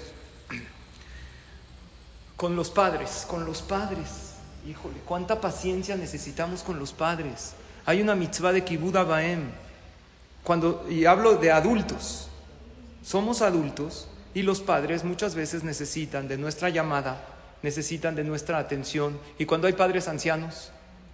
Con los padres, híjole, cuánta paciencia necesitamos con los padres. Hay una mitzvah de Kibud Av Va'em. Y hablo de adultos. Somos adultos y los padres muchas veces necesitan de nuestra llamada, necesitan de nuestra atención. Y cuando hay padres ancianos,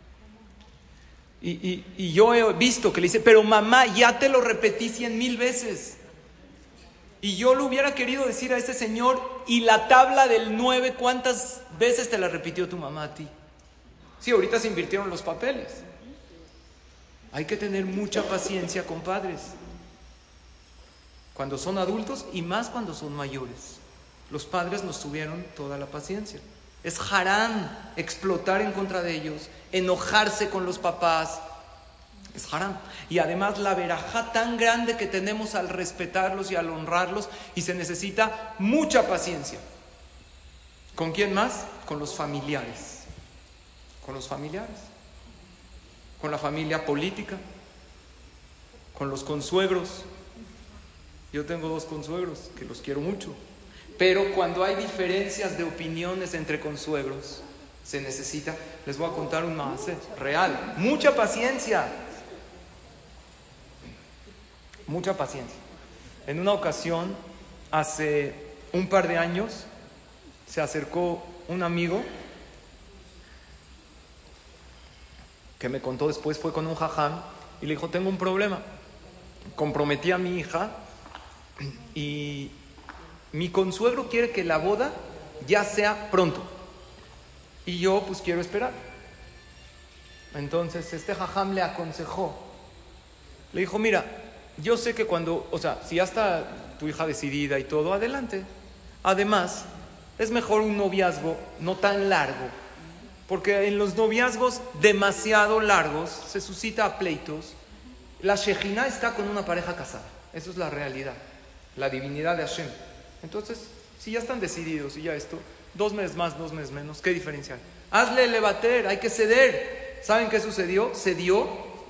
y yo he visto que le dice: pero mamá, ya te lo repetí 100,000 veces. Y yo le hubiera querido decir a ese señor: y la tabla del 9, ¿cuántas veces te la repitió tu mamá a ti? Sí, ahorita se invirtieron los papeles. Hay que tener mucha paciencia con padres cuando son adultos y más cuando son mayores. Los padres nos tuvieron toda la paciencia. Es harán explotar en contra de ellos, enojarse con los papás. Es harán. Y además la verajá tan grande que tenemos al respetarlos y al honrarlos, y se necesita mucha paciencia. ¿Con quién más? Con los familiares. Con los familiares. Con la familia política, con los consuegros. Yo tengo 2 consuegros que los quiero mucho, pero cuando hay diferencias de opiniones entre consuegros, se necesita, les voy a contar un maaseh real, mucha paciencia. Mucha paciencia. En una ocasión, hace un par de años, se acercó un amigo que me contó después, fue con un jajam y le dijo, tengo un problema. Comprometí a mi hija y mi consuegro quiere que la boda ya sea pronto. Y yo pues quiero esperar. Entonces este jajam le aconsejó. Le dijo, mira, yo sé que si ya está tu hija decidida y todo, adelante. Además, es mejor un noviazgo no tan largo, porque en los noviazgos demasiado largos se suscita pleitos. La Shejina está con una pareja casada. Eso es la realidad, la divinidad de Hashem. Entonces, si ya están decididos y ya esto, 2 meses más, 2 meses menos, ¿qué diferencia hay? Hazle levater, hay que ceder. ¿Saben qué sucedió? Cedió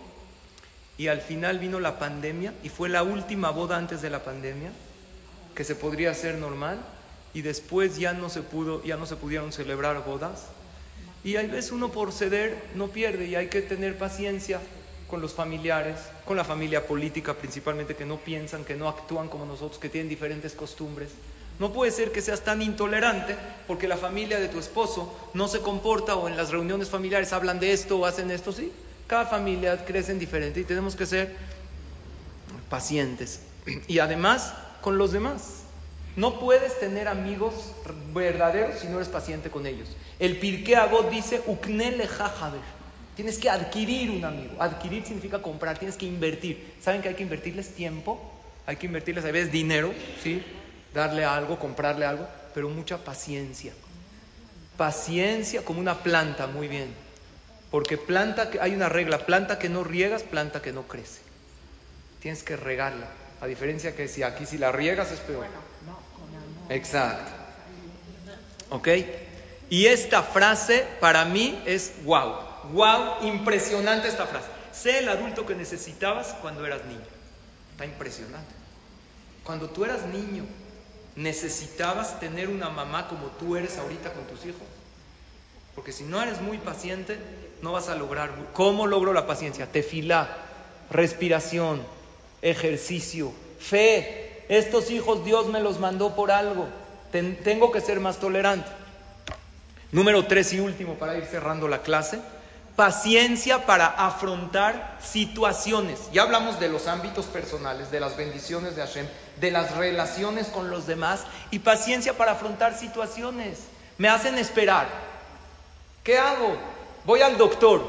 y al final vino la pandemia y fue la última boda antes de la pandemia que se podría hacer normal y después ya no se pudieron celebrar bodas. Y a veces uno por ceder no pierde y hay que tener paciencia con los familiares, con la familia política principalmente, que no piensan, que no actúan como nosotros, que tienen diferentes costumbres. No puede ser que seas tan intolerante porque la familia de tu esposo no se comporta o en las reuniones familiares hablan de esto o hacen esto, ¿sí? Cada familia crece diferente y tenemos que ser pacientes. Y además, con los demás. No puedes tener amigos verdaderos si no eres paciente con ellos. El Pirkei Avot dice, Ukne leja haver. Tienes que adquirir un amigo. Adquirir significa comprar, tienes que invertir. ¿Saben que hay que invertirles tiempo? Hay que invertirles a veces dinero, ¿sí? Darle algo, comprarle algo, pero mucha paciencia. Paciencia como una planta, muy bien. Porque hay una regla, planta que no riegas, planta que no crece. Tienes que regarla. A diferencia que si la riegas es peor. Exacto. ¿Ok? Y esta frase para mí es wow. Wow, impresionante esta frase. Sé el adulto que necesitabas cuando eras niño. Está impresionante. Cuando tú eras niño, necesitabas tener una mamá como tú eres ahorita con tus hijos. Porque si no eres muy paciente, no vas a lograr. ¿Cómo logro la paciencia? Tefilá, respiración, ejercicio, fe. Estos hijos Dios me los mandó por algo. Tengo que ser más tolerante. Número 3 y último para ir cerrando la clase. Paciencia para afrontar situaciones. Ya hablamos de los ámbitos personales, de las bendiciones de Hashem, de las relaciones con los demás y paciencia para afrontar situaciones. Me hacen esperar. ¿Qué hago? Voy al doctor.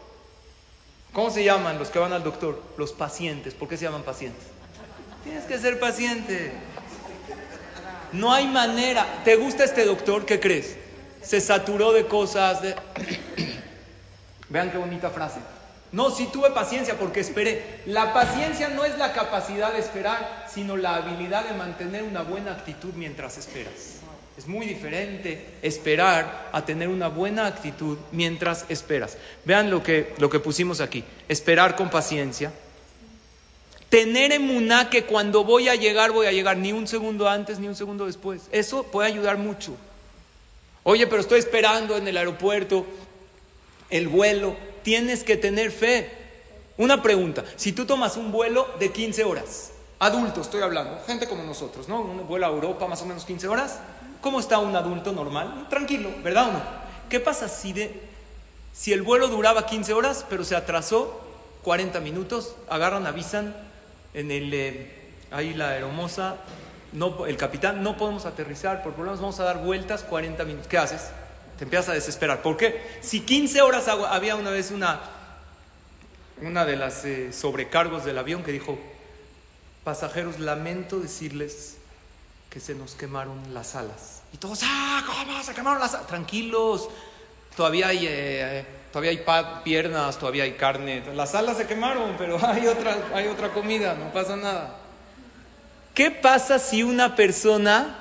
¿Cómo se llaman los que van al doctor? Los pacientes. ¿Por qué se llaman pacientes? Tienes que ser paciente. No hay manera. ¿Te gusta este doctor? ¿Qué crees? Se saturó de cosas. Vean qué bonita frase. No, sí tuve paciencia porque esperé. La paciencia no es la capacidad de esperar, sino la habilidad de mantener una buena actitud mientras esperas. Es muy diferente esperar a tener una buena actitud mientras esperas. Vean lo que pusimos aquí. Esperar con paciencia. Tener emuná que cuando voy a llegar, ni un segundo antes ni un segundo después. Eso puede ayudar mucho. Oye, pero estoy esperando en el aeropuerto el vuelo. Tienes que tener fe. Una pregunta, si tú tomas un vuelo de 15 horas, adultos estoy hablando, gente como nosotros, ¿no? Un vuelo a Europa más o menos 15 horas, ¿cómo está un adulto normal? Tranquilo, ¿verdad o no? ¿Qué pasa si el vuelo duraba 15 horas, pero se atrasó 40 minutos? Agarran, avisan en ahí la aeromoza, no, el capitán, no podemos aterrizar, por problemas vamos a dar vueltas 40 minutos. ¿Qué haces? Te empiezas a desesperar. ¿Por qué? Si 15 horas había una vez una de las sobrecargos del avión que dijo, pasajeros, lamento decirles que se nos quemaron las alas. Y todos, ¿cómo se quemaron las alas? Tranquilos, todavía hay piernas, todavía hay carne. Las alas se quemaron, pero hay otra comida, no pasa nada. ¿Qué pasa si una persona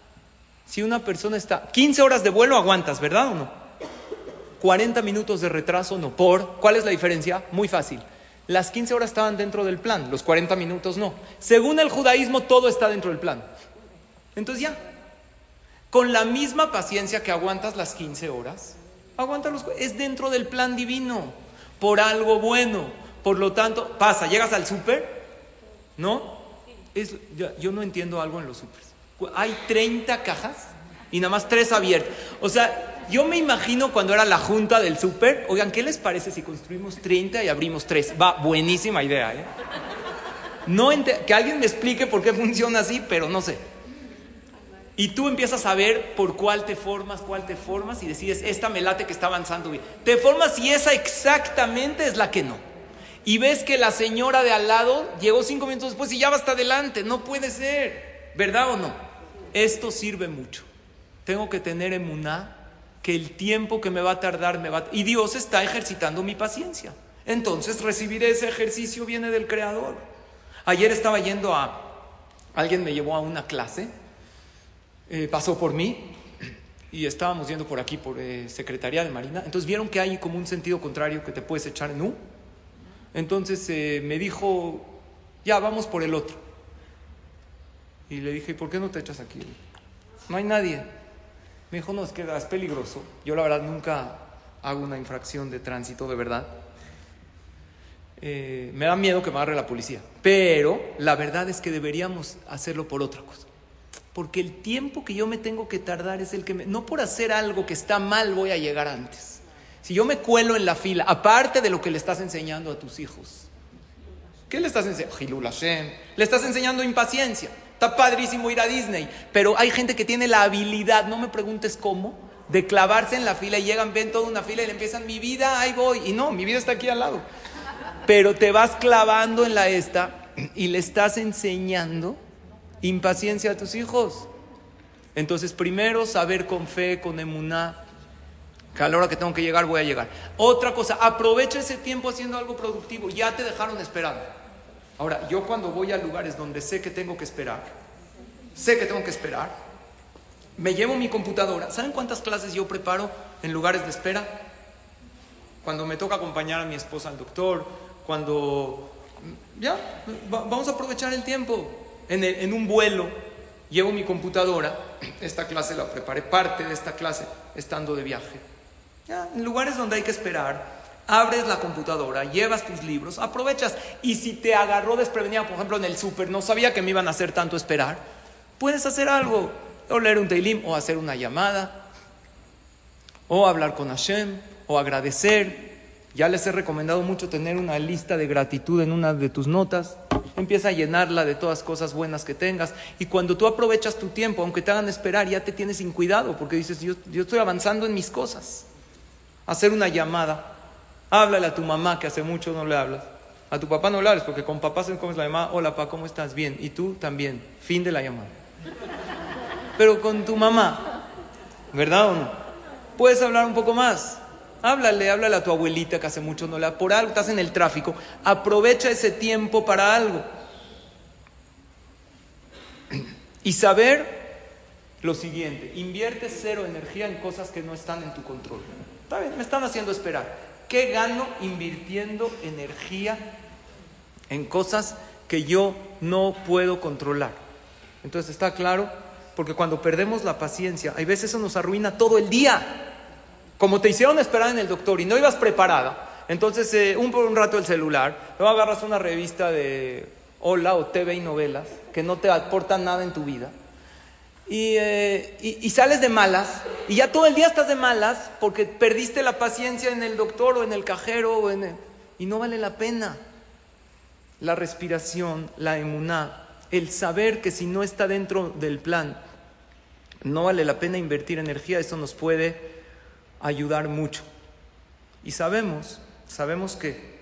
está 15 horas de vuelo, aguantas, ¿verdad o no? 40 minutos de retraso, no. ¿Cuál es la diferencia? Muy fácil. Las 15 horas estaban dentro del plan, los 40 minutos no. Según el judaísmo, todo está dentro del plan. Entonces ya, con la misma paciencia que aguantas las 15 horas, es dentro del plan divino, por algo bueno. Por lo tanto, llegas al súper, ¿no? Yo no entiendo algo en los súperes. Hay 30 cajas y nada más 3 abiertas. O sea, Yo me imagino cuando era la junta del súper, oigan, ¿qué les parece si construimos 30 y abrimos 3? Va, buenísima idea, ¿eh? Que alguien me explique por qué funciona así, pero no sé. Y tú empiezas a ver por cuál te formas y decides, esta me late que está avanzando bien. Te formas y esa exactamente es la que no. Y ves que la señora de al lado llegó 5 minutos después y ya va hasta adelante. No puede ser, ¿verdad o no? Esto sirve mucho. Tengo que tener emuná que el tiempo que me va a tardar y Dios está ejercitando mi paciencia. Entonces recibir ese ejercicio viene del Creador. Ayer estaba yendo alguien me llevó a una clase, pasó por mí y estábamos yendo por aquí por Secretaría de Marina. Entonces vieron que hay como un sentido contrario que te puedes echar en U. Entonces me dijo, ya vamos por el otro. Y le dije, ¿por qué no te echas aquí? No hay nadie. Me dijo, no, es que es peligroso. Yo la verdad nunca hago una infracción de tránsito, de verdad. Me da miedo que me agarre la policía. Pero la verdad es que deberíamos hacerlo por otra cosa. Porque el tiempo que yo me tengo que tardar es el que no por hacer algo que está mal voy a llegar antes. Si yo me cuelo en la fila, aparte de lo que le estás enseñando a tus hijos, ¿qué le estás enseñando? Hilul Hashem. Le estás enseñando impaciencia. Está padrísimo ir a Disney, pero hay gente que tiene la habilidad, no me preguntes cómo, de clavarse en la fila y llegan, ven toda una fila y le empiezan, mi vida, ahí voy. Y no, mi vida está aquí al lado. Pero te vas clavando en la y le estás enseñando impaciencia a tus hijos. Entonces, primero, saber con fe, con emuná, que a la hora que tengo que llegar, voy a llegar. Otra cosa, aprovecha ese tiempo haciendo algo productivo. Ya te dejaron esperando. Ahora, yo cuando voy a lugares donde sé que tengo que esperar, me llevo mi computadora. ¿Saben cuántas clases yo preparo en lugares de espera? Cuando me toca acompañar a mi esposa al doctor, vamos a aprovechar el tiempo. En un vuelo, llevo mi computadora. Esta clase la preparé, parte de esta clase, estando de viaje. En lugares donde hay que esperar, abres la computadora, llevas tus libros, aprovechas. Y si te agarró desprevenida, por ejemplo en el súper, no sabía que me iban a hacer tanto esperar, puedes hacer algo, o leer un teilim, o hacer una llamada, o hablar con Hashem, o agradecer. Ya les he recomendado mucho tener una lista de gratitud en una de tus notas. Empieza a llenarla de todas cosas buenas que tengas. Y cuando tú aprovechas tu tiempo, aunque te hagan esperar, ya te tienes sin cuidado, porque dices, yo estoy avanzando en mis cosas. Hacer una llamada. Háblale a tu mamá, que hace mucho no le hablas. A tu papá no le hables, porque con papá se comes la llamada. Hola, papá, ¿cómo estás? Bien. Y tú también. Fin de la llamada. Pero con tu mamá, ¿verdad o no? Puedes hablar un poco más. Háblale a tu abuelita que hace mucho no le hablas. Por algo estás en el tráfico. Aprovecha ese tiempo para algo. Y saber lo siguiente. Invierte cero energía en cosas que no están en tu control. Está bien, me están haciendo esperar. ¿Qué gano invirtiendo energía en cosas que yo no puedo controlar? Entonces, ¿está claro? Porque cuando perdemos la paciencia, hay veces eso nos arruina todo el día. Como te hicieron esperar en el doctor y no ibas preparada, entonces por un rato el celular, luego agarras una revista de Hola o TV y novelas que no te aportan nada en tu vida y sales de malas y ya todo el día estás de malas porque perdiste la paciencia en el doctor o en el cajero y no vale la pena. La respiración, la emuná, el saber que si no está dentro del plan no vale la pena invertir energía, eso nos puede ayudar mucho. Y sabemos que,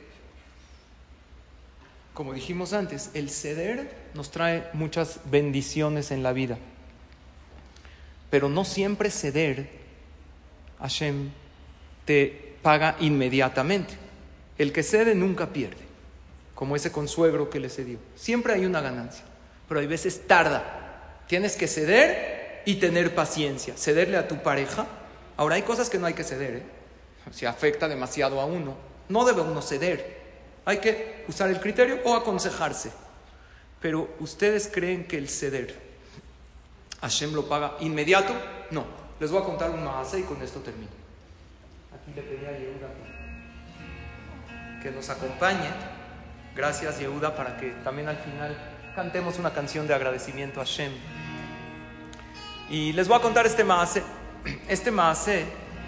como dijimos antes, el ceder nos trae muchas bendiciones en la vida. Pero no siempre ceder, Hashem te paga inmediatamente. El que cede nunca pierde, como ese consuegro que le cedió. Siempre hay una ganancia, pero hay veces tarda. Tienes que ceder y tener paciencia. Cederle a tu pareja. Ahora, hay cosas que no hay que ceder, Si afecta demasiado a uno, no debe uno ceder. Hay que usar el criterio o aconsejarse. Pero, ¿ustedes creen que el ceder Hashem lo paga inmediato? No. Les voy a contar un maasé y con esto termino. Aquí le pedí a Yehuda que nos acompañe. Gracias, Yehuda, para que también al final cantemos una canción de agradecimiento a Hashem. Y les voy a contar este maasé. Este maasé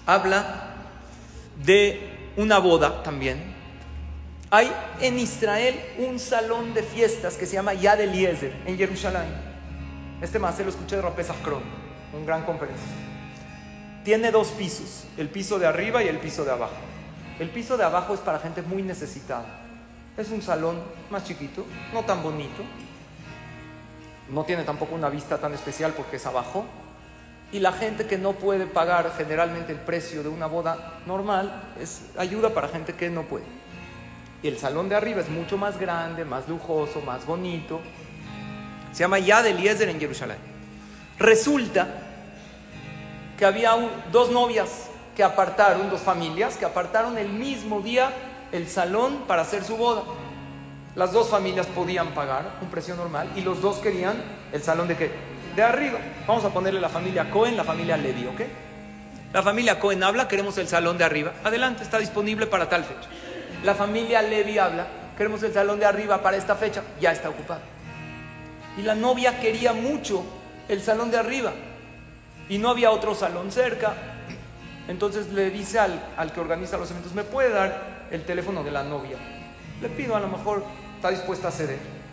habla de una boda también. Hay en Israel un salón de fiestas que se llama Yad Eliezer, en Jerusalén. Este más se lo escuché de Rav Pesach Kron, un gran conferencista. Tiene 2 pisos, el piso de arriba y el piso de abajo. El piso de abajo es para gente muy necesitada. Es un salón más chiquito, no tan bonito. No tiene tampoco una vista tan especial porque es abajo. Y la gente que no puede pagar generalmente el precio de una boda normal, es ayuda para gente que no puede. Y el salón de arriba es mucho más grande, más lujoso, más bonito. Se llama Yad Eliezer en Jerusalén. Resulta que había 2 novias que apartaron, 2 familias que apartaron el mismo día el salón para hacer su boda. Las 2 familias podían pagar un precio normal y los 2 querían el salón de ¿qué? De arriba. Vamos a ponerle la familia Cohen, la familia Levi, ¿ok? La familia Cohen habla, queremos el salón de arriba. Adelante, está disponible para tal fecha. La familia Levi habla, queremos el salón de arriba para esta fecha. Ya está ocupado. Y la novia quería mucho el salón de arriba y no había otro salón cerca. Entonces le dice al que organiza los eventos, ¿me puede dar el teléfono de la novia? Le pido, a lo mejor está dispuesta a ceder.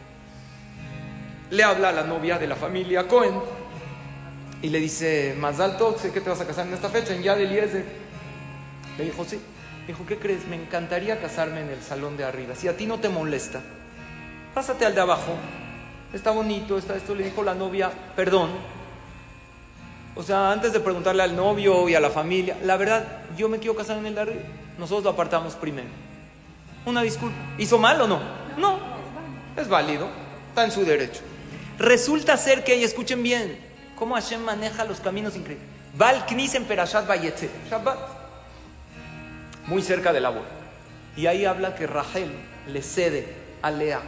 Le habla a la novia de la familia Cohen y le dice, Mazal Tov, sé que te vas a casar en esta fecha, en Yad Eliezer. Le dijo, sí. Dijo, ¿qué crees? Me encantaría casarme en el salón de arriba. Si a ti no te molesta, pásate al de abajo. Está bonito, está esto. Le dijo la novia, perdón. O sea, antes de preguntarle al novio y a la familia, la verdad, yo me quiero casar en el de arriba. Nosotros lo apartamos primero. Una disculpa. ¿Hizo mal o no? No. Es válido. Está en su derecho. Resulta ser que, y escuchen bien, cómo Hashem maneja los caminos increíbles. Va al Knis en Perashat Vayetze, Shabbat, muy cerca de la boda. Y ahí habla que Rachel le cede a Lea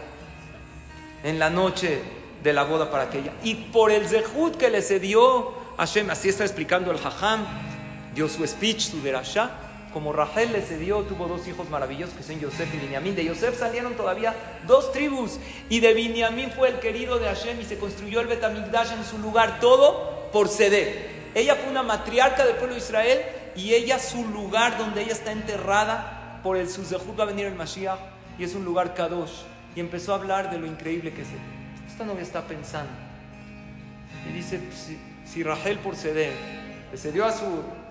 en la noche de la boda para aquella. Y por el zehut que le cedió Hashem, así está explicando el Jajam, dio su speech, su derashá. Como Rachel le cedió, tuvo 2 hijos maravillosos que son Yosef y Binyamin. De Yosef salieron todavía 2 tribus y de Binyamin fue el querido de Hashem y se construyó el Bet HaMikdash en su lugar, todo por ceder. Ella fue una matriarca del pueblo de Israel y ella, su lugar donde ella está enterrada, por el Suzehut va a venir el Mashiach y es un lugar Kadosh. Y empezó a hablar de lo increíble que es él. Esta novia está pensando y dice, si Rachel por ceder le cedió a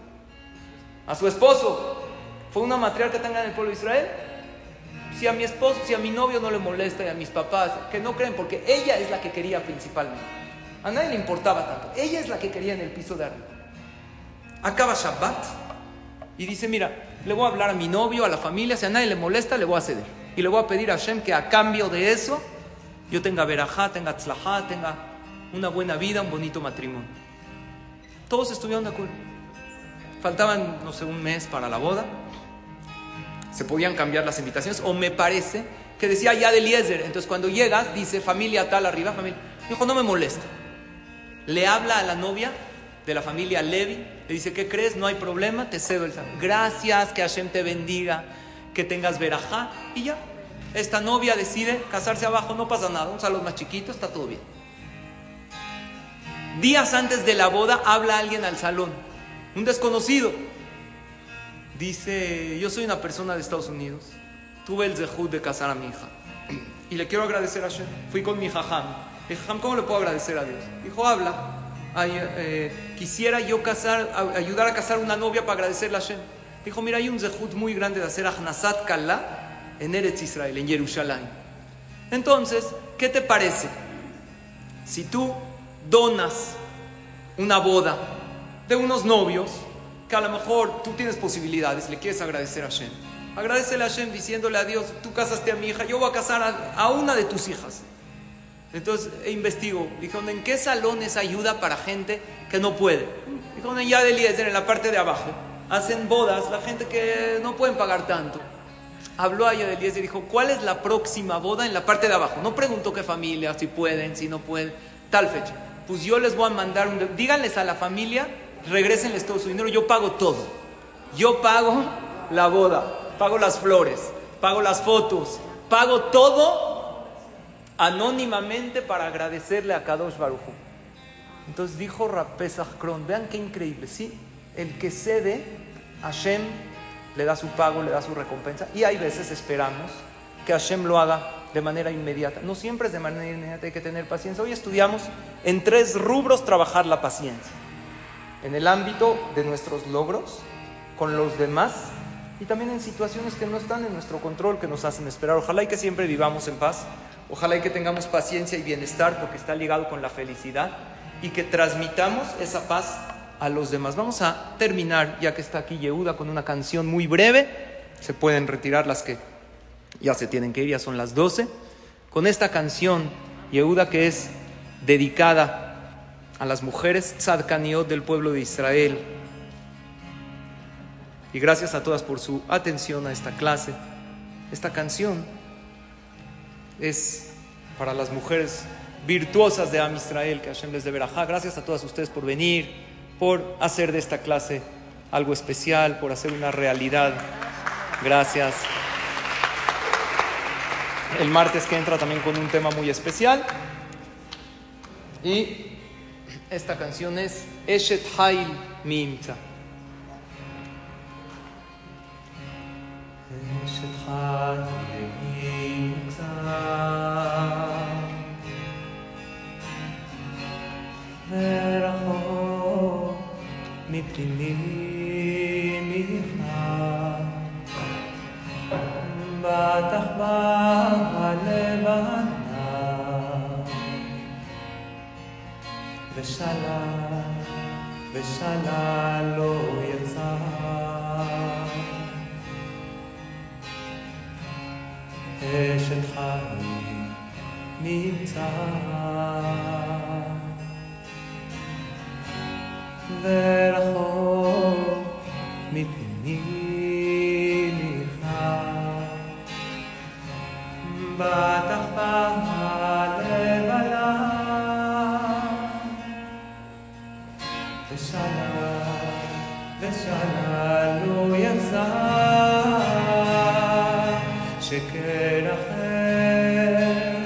su esposo, fue una matriarca tan grande del pueblo de Israel, si a mi esposo, si a mi novio no le molesta y a mis papás, que no creen, porque ella es la que quería principalmente, a nadie le importaba tanto, ella es la que quería en el piso de arriba. Acaba Shabbat y dice, mira, le voy a hablar a mi novio, a la familia, si a nadie le molesta le voy a ceder y le voy a pedir a Hashem que a cambio de eso yo tenga verajá, tenga tzlajá, tenga una buena vida, un bonito matrimonio. Todos estuvieron de acuerdo. Faltaban, no sé, un mes para la boda. Se podían cambiar las invitaciones. O me parece que decía Yad Eliezer. Entonces cuando llegas, dice familia tal arriba, familia. Dijo, no me molesta. Le habla a la novia de la familia Levi. Le dice, ¿qué crees? No hay problema, te cedo el salón. Gracias, que Hashem te bendiga, que tengas verajá. Y ya. Esta novia decide casarse abajo, no pasa nada. Un salón más chiquito, está todo bien. Días antes de la boda, habla alguien al salón. Un desconocido. Dice, yo soy una persona de Estados Unidos. Tuve el zehut de casar a mi hija. Y le quiero agradecer a Hashem. Fui con mi jajam. Le dije, jajam, ¿cómo le puedo agradecer a Dios? Dijo, habla. Quisiera yo ayudar a casar una novia para agradecerle a Hashem. Dijo, mira, hay un zehut muy grande de hacer Achnasat Kala en Eretz Israel, en Jerusalén. Entonces, ¿qué te parece? Si tú donas una boda de unos novios que a lo mejor tú tienes posibilidades, le quieres agradecer a Hashem, agradecele a Hashem diciéndole a Dios, tú casaste a mi hija, yo voy a casar a una de tus hijas. Entonces investigo, dijeron, ¿en qué salones ayuda para gente que no puede? Dijeron, en Yad Eliezer, en la parte de abajo hacen bodas la gente que no pueden pagar tanto. Habló a Yad Eliezer y dijo, ¿cuál es la próxima boda en la parte de abajo? No preguntó qué familia, si pueden, si no pueden, tal fecha. Pues yo les voy a mandar díganles a la familia, regrésenles todo su dinero, yo pago todo. Yo pago la boda, pago las flores, pago las fotos, pago todo anónimamente para agradecerle a Kadosh Baruj Hu. Entonces dijo Rav Pesach Kron, vean qué increíble, ¿sí? El que cede Hashem le da su pago, le da su recompensa, y hay veces esperamos que Hashem lo haga de manera inmediata. No siempre es de manera inmediata, hay que tener paciencia. Hoy estudiamos en 3 rubros trabajar la paciencia: en el ámbito de nuestros logros, con los demás, y también en situaciones que no están en nuestro control, que nos hacen esperar. Ojalá y que siempre vivamos en paz, ojalá y que tengamos paciencia y bienestar, porque está ligado con la felicidad, y que transmitamos esa paz a los demás. Vamos a terminar, ya que está aquí Yehuda, con una canción muy breve. Se pueden retirar las que ya se tienen que ir, ya son las 12. Con esta canción, Yehuda, que es dedicada a las mujeres tzadkaniot del pueblo de Israel. Y gracias a todas por su atención a esta clase. Esta canción es para las mujeres virtuosas de Am Israel, que Hashem les dé verajá. Gracias a todas ustedes por venir, por hacer de esta clase algo especial, por hacer una realidad. Gracias. El martes que entra también con un tema muy especial. Y esta canción es Eshet Hail Mimta. Eshet Hail Mimta Veracho Mipini Micha Batach Ba'alevana Veshala lo yatsa Eshet Hail Mimta Veracho Mipini Micha Batach Ba'alevana Veshala lo yatsa Sheker Acher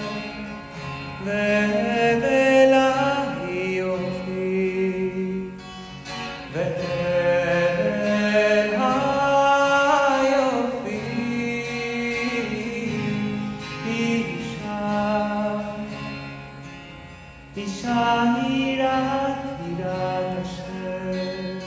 Ve'evela yofi Ve'el hayofi Isha hirat Hashem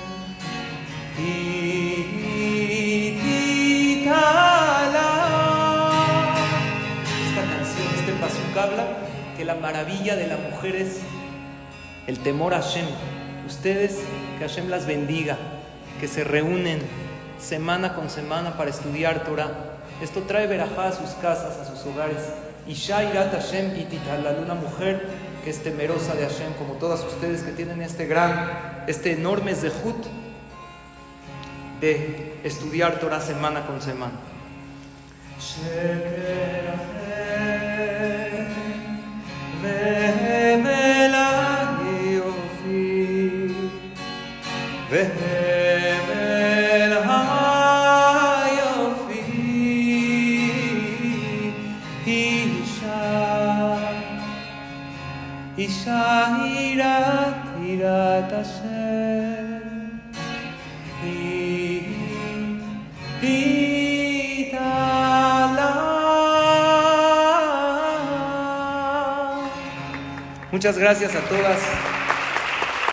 Esta canción, este pasuk habla que la maravilla de la mujer es el temor a Hashem. Ustedes, que Hashem las bendiga, que se reúnen semana con semana para estudiar Torah. Esto trae verajá a sus casas, a sus hogares. Isha irat Hashem ititalal, una mujer que es temerosa de Hashem, como todas ustedes que tienen este enorme zehut de estudiar Torah semana con semana. Isha hirat Hashem Muchas gracias a todas.